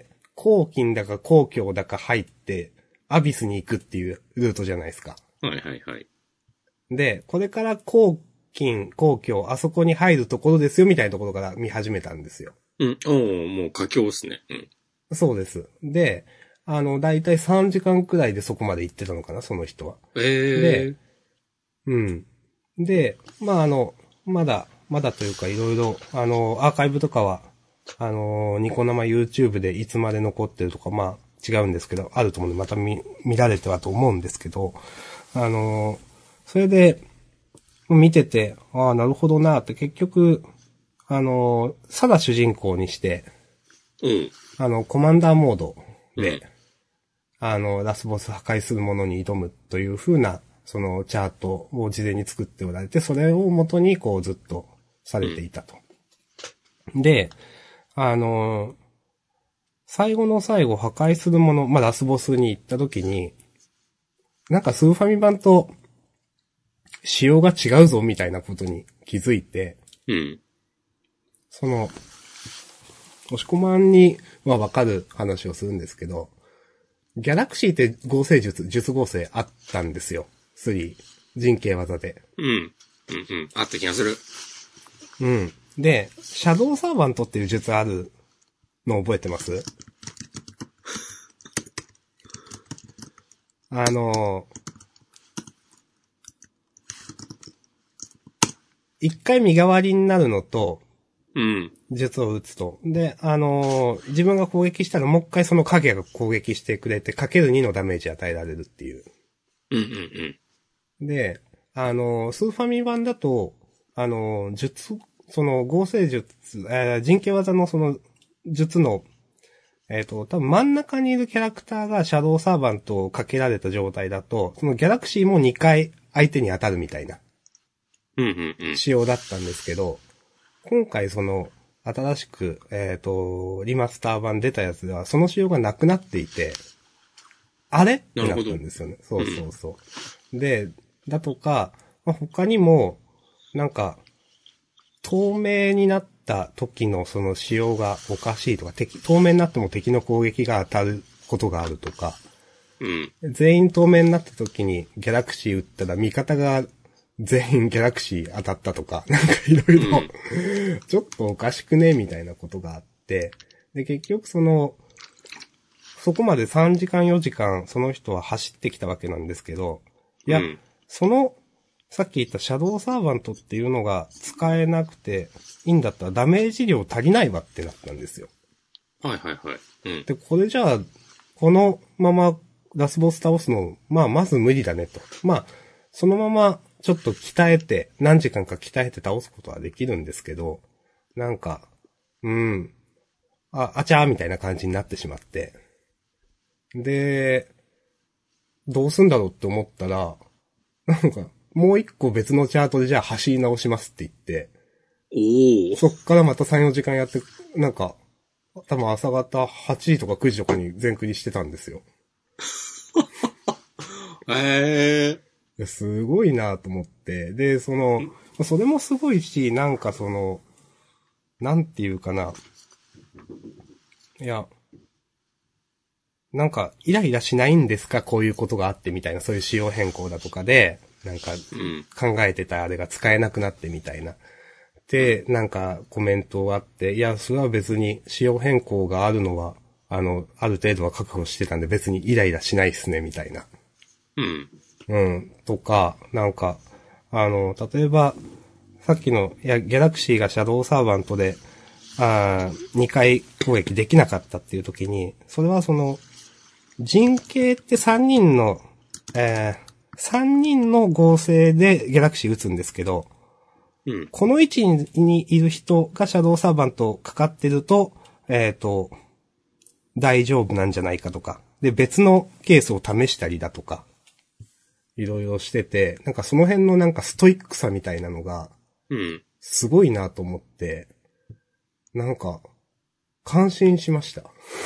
黄金だか黄境だか入って、アビスに行くっていうルートじゃないですか。 はいはいはい。 で、これから黄金、黄境、あそこに入るところですよ、みたいなところから見始めたんですよ。 うん。おー、もう佳境っすね。うん。 そうです。で、あの、だいたいさんじかんくらいでそこまで行ってたのかな、その人は。 えー。 で、うん。で、まあ、あの、まだ、まだというかいろいろ、あの、アーカイブとかは、あの、ニコ生 YouTube でいつまで残ってるとか、まあ、違うんですけど、あると思うんで、また見、見られてはと思うんですけど、あの、それで、見てて、ああ、なるほどなって結局、あの、サダ主人公にして、 うん。 あの、コマンダーモードで、 うん、 あの、ラスボス破壊するものに挑むという風な、そのチャートを事前に作っておられて、それを元にこうずっとされていたと。うん、で、あの、最後の最後破壊するもの、まあ、ラスボスに行った時に、なんかスーファミ版と仕様が違うぞみたいなことに気づいて、 うん。 その、押し込まんにはわかる話をするんですけど、ギャラクシーって合成術、術合成あったんですよ。スリー。人形技で。 うん。うんうん。あった気がする。 うん。で、シャドウサーバントっていう術あるの覚えてます？あの、一回身代わりになるのと、 うん。 術を打つと。で、あのー、自分が攻撃したらもう一回その影が攻撃してくれて、かけるにのダメージ与えられるっていう。 うんうんうん。で、あのー、スーファミ版だと、あのー、術、その合成術、えー、人形技のその術のえっと、多分真ん中にいるキャラクターがシャドウサーバントをかけられた状態だと、そのギャラクシーもにかい相手に当たるみたいなうんうんうん。 仕様だったんですけど、今回その、新しく、えっと、リマスター版出たやつでは、その仕様がなくなっていて、あれってなったんですよね。そうそうそう。で、だとか、まあ、他にも、なんか、透明になった時のその仕様がおかしいとか、敵、透明になっても敵の攻撃が当たることがあるとか、 うん。 全員透明になった時にギャラクシー撃ったら味方が全員ギャラクシー当たったとか、なんかいろいろ、ちょっとおかしくねみたいなことがあって、で、結局その、そこまでさんじかんよじかんその人は走ってきたわけなんですけど、いや、 うん、 その、さっき言ったシャドウサーバントっていうのが使えなくていいんだったらダメージ量足りないわってなったんですよ。 はいはいはい。うん。 で、これじゃあ、このままラスボス倒すの、まあまず無理だねと。まあ、そのままちょっと鍛えて、何時間か鍛えて倒すことはできるんですけど、なんか、うん、あ、あちゃーみたいな感じになってしまって。で、どうすんだろうって思ったら、なんか、もう一個別のチャートでじゃあ走り直しますって言って、 おお。 そっからまたさん、よじかんやって、なんか、多分朝方はちじとかくじとかに全クリしてたんですよ。 ええー。すごいなと思って。で、その、それもすごいし、なんかその、なんていうかな。いや、なんか、イライラしないんですかこういうことがあってみたいな、そういう仕様変更だとかで、なんか、考えてたあれが使えなくなってみたいな。で、なんか、コメントがあって、いや、それは別に仕様変更があるのは、あの、ある程度は確保してたんで別にイライラしないっすね、みたいな。 うん。 うん。とか、なんか、あの、例えば、さっきの、いや、ギャラクシーがシャドウサーバントで、あにかい攻撃できなかったっていう時に、それはその、陣形ってさんにんの、えー、さんにんの合成でギャラクシー撃つんですけど、 うん。 この位置にいる人がシャドウサーバントかかってると、えっと、大丈夫なんじゃないかとか、で、別のケースを試したりだとか、いろいろしてて、なんかその辺のなんかストイックさみたいなのが、 うん。 すごいなと思って、なんか、感心しました。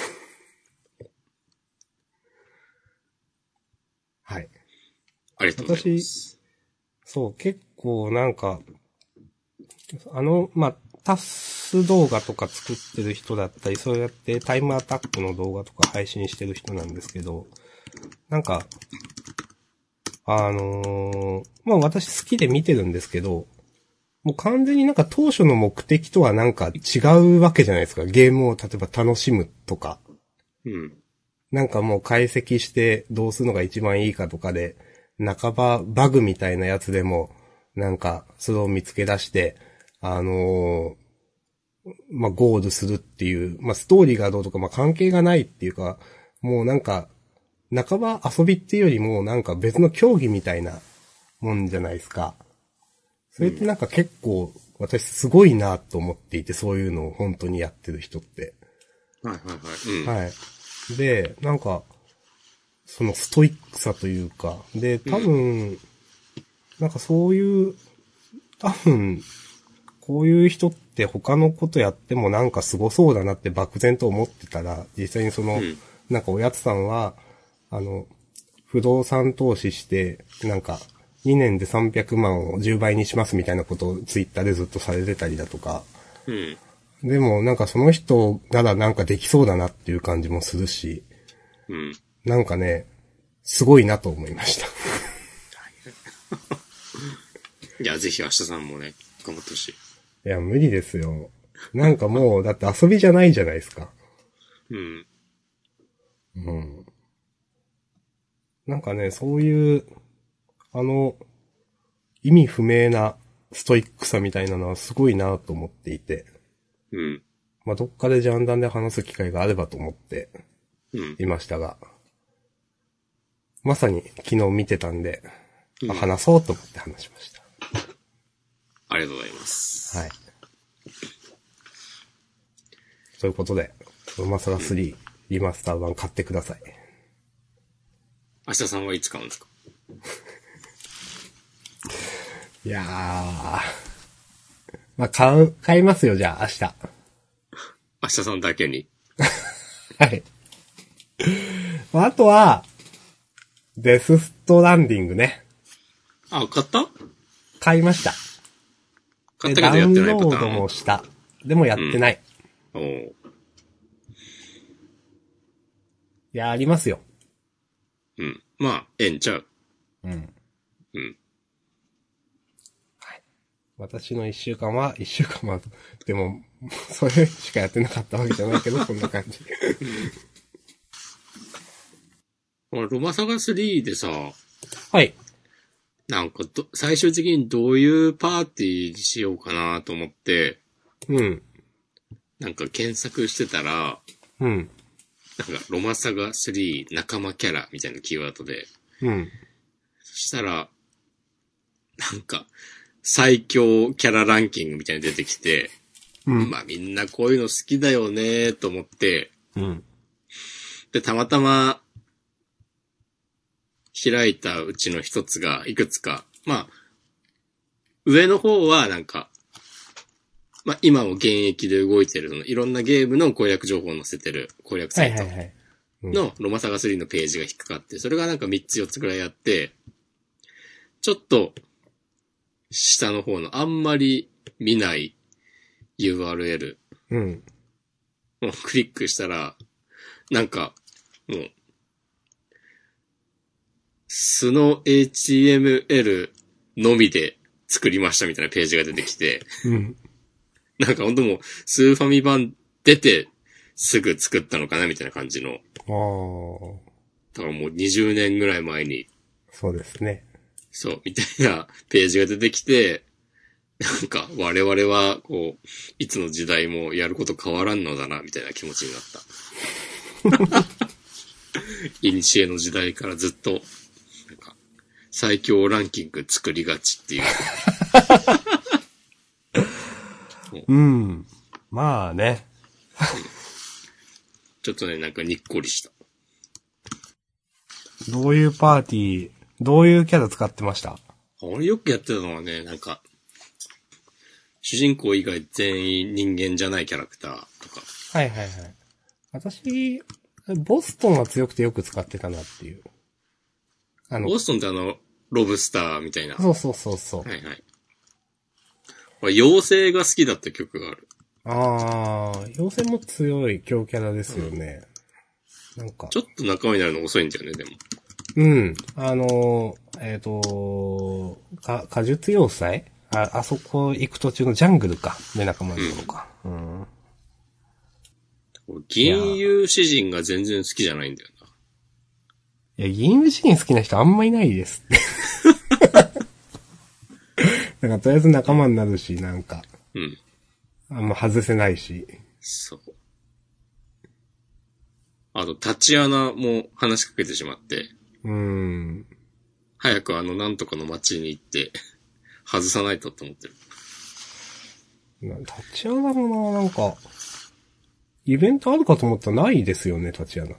はい。 ありがとうございます。 そう、結構なんか、あの、まあ、タス動画とか作ってる人だったり、そうやってタイムアタックの動画とか配信してる人なんですけど、なんか、あのー、まあ私好きで見てるんですけど、もう完全になんか当初の目的とはなんか違うわけじゃないですか。ゲームを例えば楽しむとか。 うん。 なんかもう解析してどうするのが一番いいかとかで、半ばバグみたいなやつでも、なんかそれを見つけ出して、あのー、まあ、ゴールするっていう、まあ、ストーリーがどうとか、まあ、関係がないっていうか、もうなんか、半ば遊びっていうよりも、なんか別の競技みたいなもんじゃないですか。それってなんか結構、私すごいなと思っていて、そういうのを本当にやってる人って。 はいはいはい。うん。 はい。で、なんか、そのストイックさというか、で、多分、なんかそういう、多分、こういう人って他のことやってもなんか凄そうだなって漠然と思ってたら、実際にその、 うん、 なんかおやつさんは、あの、不動産投資して、なんか、にねんでさんびゃくまんをじゅうばいにしますみたいなことをツイッターでずっとされてたりだとか、 うん。 でもなんかその人ならなんかできそうだなっていう感じもするし、 うん。 なんかね、すごいなと思いました。 いや、ぜひ明日さんもね、頑張ってほしい。 いや、無理ですよ。なんかもう、だって遊びじゃないじゃないですか。 うん。 うん。なんかね、そういう、あの、意味不明なストイックさみたいなのはすごいなと思っていて。 うん。 まあ、どっかでジャンダンで話す機会があればと思ってうん。 いましたが。まさに昨日見てたんで、 うん、 話そうと思って話しました。 ありがとうございます。 はい。ということで、マサラスリー、 リマスター版買ってください。 明日さんはいつ買うんですか？ いやー。まあ、買う、買いますよ、じゃあ、明日。 明日さんだけに。 はい。まあ、あとは、デスストランディングね。 あ、買った？ 買いました。 買ったけどやってないパターン。 ダウンロードもした。でもやってない。 うん、おー。 いや、ありますよ。 うん。まあ、ええんちゃう。 うん。 うん。 はい。私の一週間は、一週間は、でも、それしかやってなかったわけじゃないけど、こんな感じ。 これロマサガスリーでさ、 はい。 なんかど、最終的にどういうパーティーにしようかなと思って、 うん。 なんか検索してたら、 うん。 なんかロマサガスリー仲間キャラみたいなキーワードで、 うん。 そしたら、なんか、最強キャラランキングみたいに出てきて、 うん。 まあみんなこういうの好きだよねと思って、 うん。 で、たまたま、開いたうちの一つがいくつか、まあ、上の方はなんか、まあ今も現役で動いてるの、いろんなゲームの攻略情報を載せてる攻略サイトのロマサガスリーのページが引っかかって、それがなんかみっつよっつくらいあって、ちょっと下の方のあんまり見ない ユーアールエルうん。 をクリックしたら、なんかもう、素の エイチティーエムエル のみで作りましたみたいなページが出てきて、 うん。 なんかほんともう、スーファミ版出てすぐ作ったのかなみたいな感じの。 ああ。 だからもうにじゅうねんぐらい前に。 そうですね。 そう、みたいなページが出てきて、なんか我々はこう、いつの時代もやること変わらんのだな、みたいな気持ちになった。いにしえの時代からずっと、なんか、最強ランキング作りがちっていう。 うん。まあね。 ちょっとね、なんかにっこりした。 どういうパーティー、どういうキャラ使ってました？ 俺よくやってたのはね、なんか、主人公以外全員人間じゃないキャラクターとか。 はいはいはい。私、ボストンは強くてよく使ってたなっていう。 あの、ボストンってあの、ロブスターみたいな。 そうそうそうそう。 はいはい。俺、妖精が好きだった曲がある。 あー、妖精も強い強キャラですよね。うん、なんか。 ちょっと仲間になるの遅いんだよね、でも。 うん。あの、えっ、ー、と、か、果実要塞あ、あそこ行く途中のジャングルか。で仲間になるのか。うん。 うん、銀融詩人が全然好きじゃないんだよな。 いや、銀融詩人好きな人あんまいないですって。なんかとりあえず仲間になるし、なんか。 うん。 あんま外せないし。 そう。あと、タチアナも話しかけてしまって。 うーん。 早くあの、なんとかの街に行って、外さないとって思ってる。 タチアナもな、なんか、イベントあるかと思ったらないですよね、タチアナって。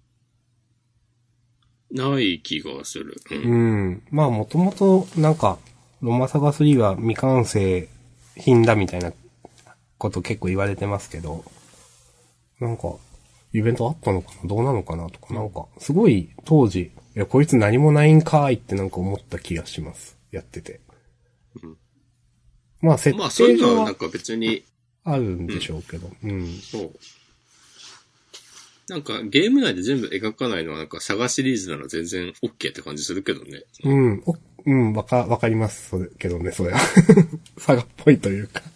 ない気がする。 うん。うん、まあ、もともと、なんか、ロマサガスリーは未完成品だみたいなこと結構言われてますけど、なんか、イベントあったのかなどうなのかなとか、なんか、すごい当時、いや、こいつ何もないんかーいってなんか思った気がします。やってて。うん、まあ、設定上は、まあ、そういうのはなんか別に、 あるんでしょうけど、うん。うん、 そう。なんか、ゲーム内で全部描かないのは、なんか、サガシリーズなら全然 OK って感じするけどね。 うん、おうん、わか、わかります、それ、けどね、それは。サガっぽいというか。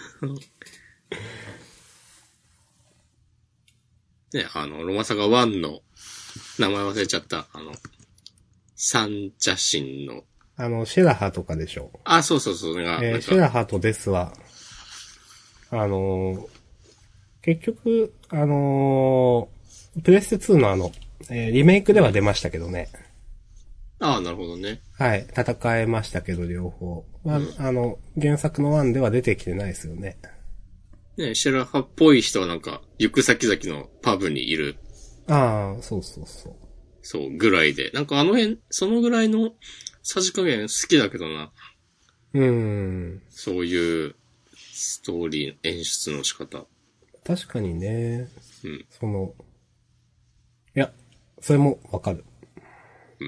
ね、あの、ロマサガワンの、名前忘れちゃった、あの、サンジャシンの。 あの、シェラハとかでしょう。 あ、そうそうそう、なんか、 えー、シェラハとデスは、あのー、結局、あのー、プレステツーのあの、えー、リメイクでは出ましたけどね。 ああ、なるほどね。 はい、戦えましたけど、両方。まあ、 うん、 あの、原作のワンでは出てきてないですよね。 ね、白羽っぽい人はなんか、行く先々のパブにいる。 ああ、そうそうそう。 そう、ぐらいで。なんかあの辺、そのぐらいのさじ加減好きだけどな。 うーん。 そういうストーリー、演出の仕方。 確かにね。 うん。 その、いや、それもわかる。 うん。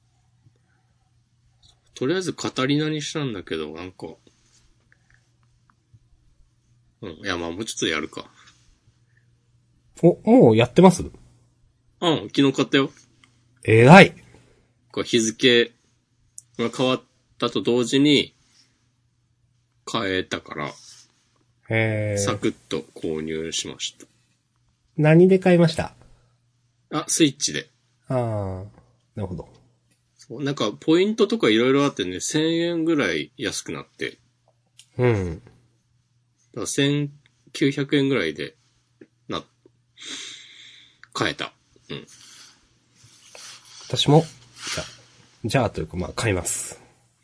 とりあえずカタリナにしたんだけど、なんか、うん。いや、まあもうちょっとやるか。 お、もうやってます？ うん、昨日買ったよ。 えらい。 こう日付が変わったと同時に、買えたから、 えー、 サクッと購入しました。 何で買いました？ あ、スイッチで。 ああ、なるほど。 そう、なんか、ポイントとかいろいろあってね、せんえんぐらい安くなって。 うん。 だからせんきゅうひゃくえんぐらいで、な、買えた。うん。 私も、じゃあ、じゃあというかまあ買います。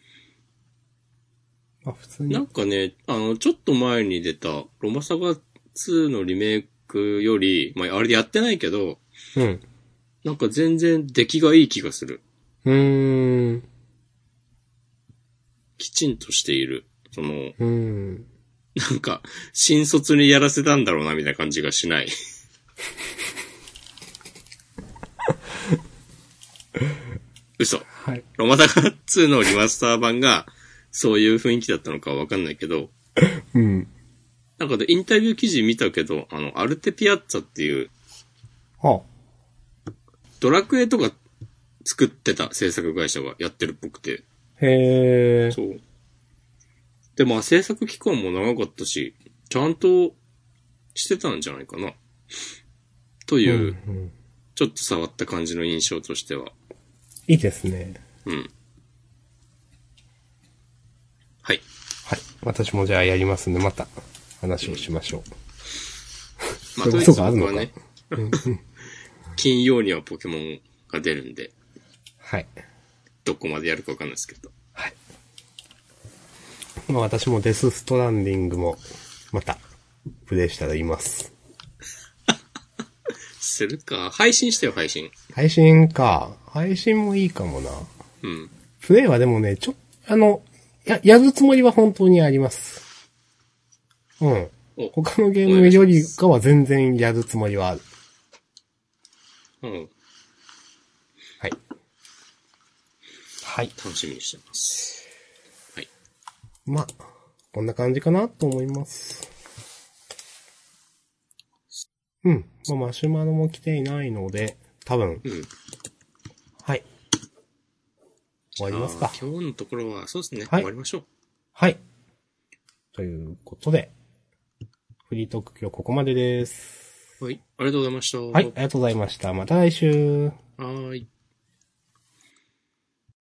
まあ普通に。 なんかね、あの、ちょっと前に出た、ロマサガツーのリメイクより、まあ、あれでやってないけど、 うん。 なんか全然出来がいい気がする。 うーん。 きちんとしている。その、 うーん。 なんか、新卒にやらせたんだろうな、みたいな感じがしない。嘘。 はい。 ロマサガツーのリマスター版が、そういう雰囲気だったのかはわかんないけど、 うん。 なんかでインタビュー記事見たけど、あの、アルテピアッツァっていう、 はドラクエとか作ってた制作会社がやってるっぽくて。 あ。へえ。 そう。で、まあ制作期間も長かったし、ちゃんとしてたんじゃないかな。という、 うんうん、 ちょっと触った感じの印象としては。 いいですね。 うん。はい。 はい。私もじゃあやりますんで、また話をしましょう。 まあ、 そういうことがあるのか。 ね、金曜にはポケモンが出るんで。 はい。 どこまでやるかわかんないですけど。 はい。まあ私もデスストランディングも、また、プレイしたら言います。 するか。配信してよ、配信。 配信か。配信もいいかもな。 うん。 プレイはでもね、ちょ、あの、や、やるつもりは本当にあります。うん。他のゲームよりかは全然やるつもりはある。 うん。 はい。はい。 楽しみにしてます。はい。 まあ、こんな感じかなと思います。うん。まあ、マシュマロも来ていないので、多分。 うん。 はい。終わりますか。 今日のところは、そうですね。 はい、 終わりましょう。 はい。ということで、フリートーク今日ここまでです。 はい。ありがとうございました。 はい。ありがとうございました。また来週。 はーい。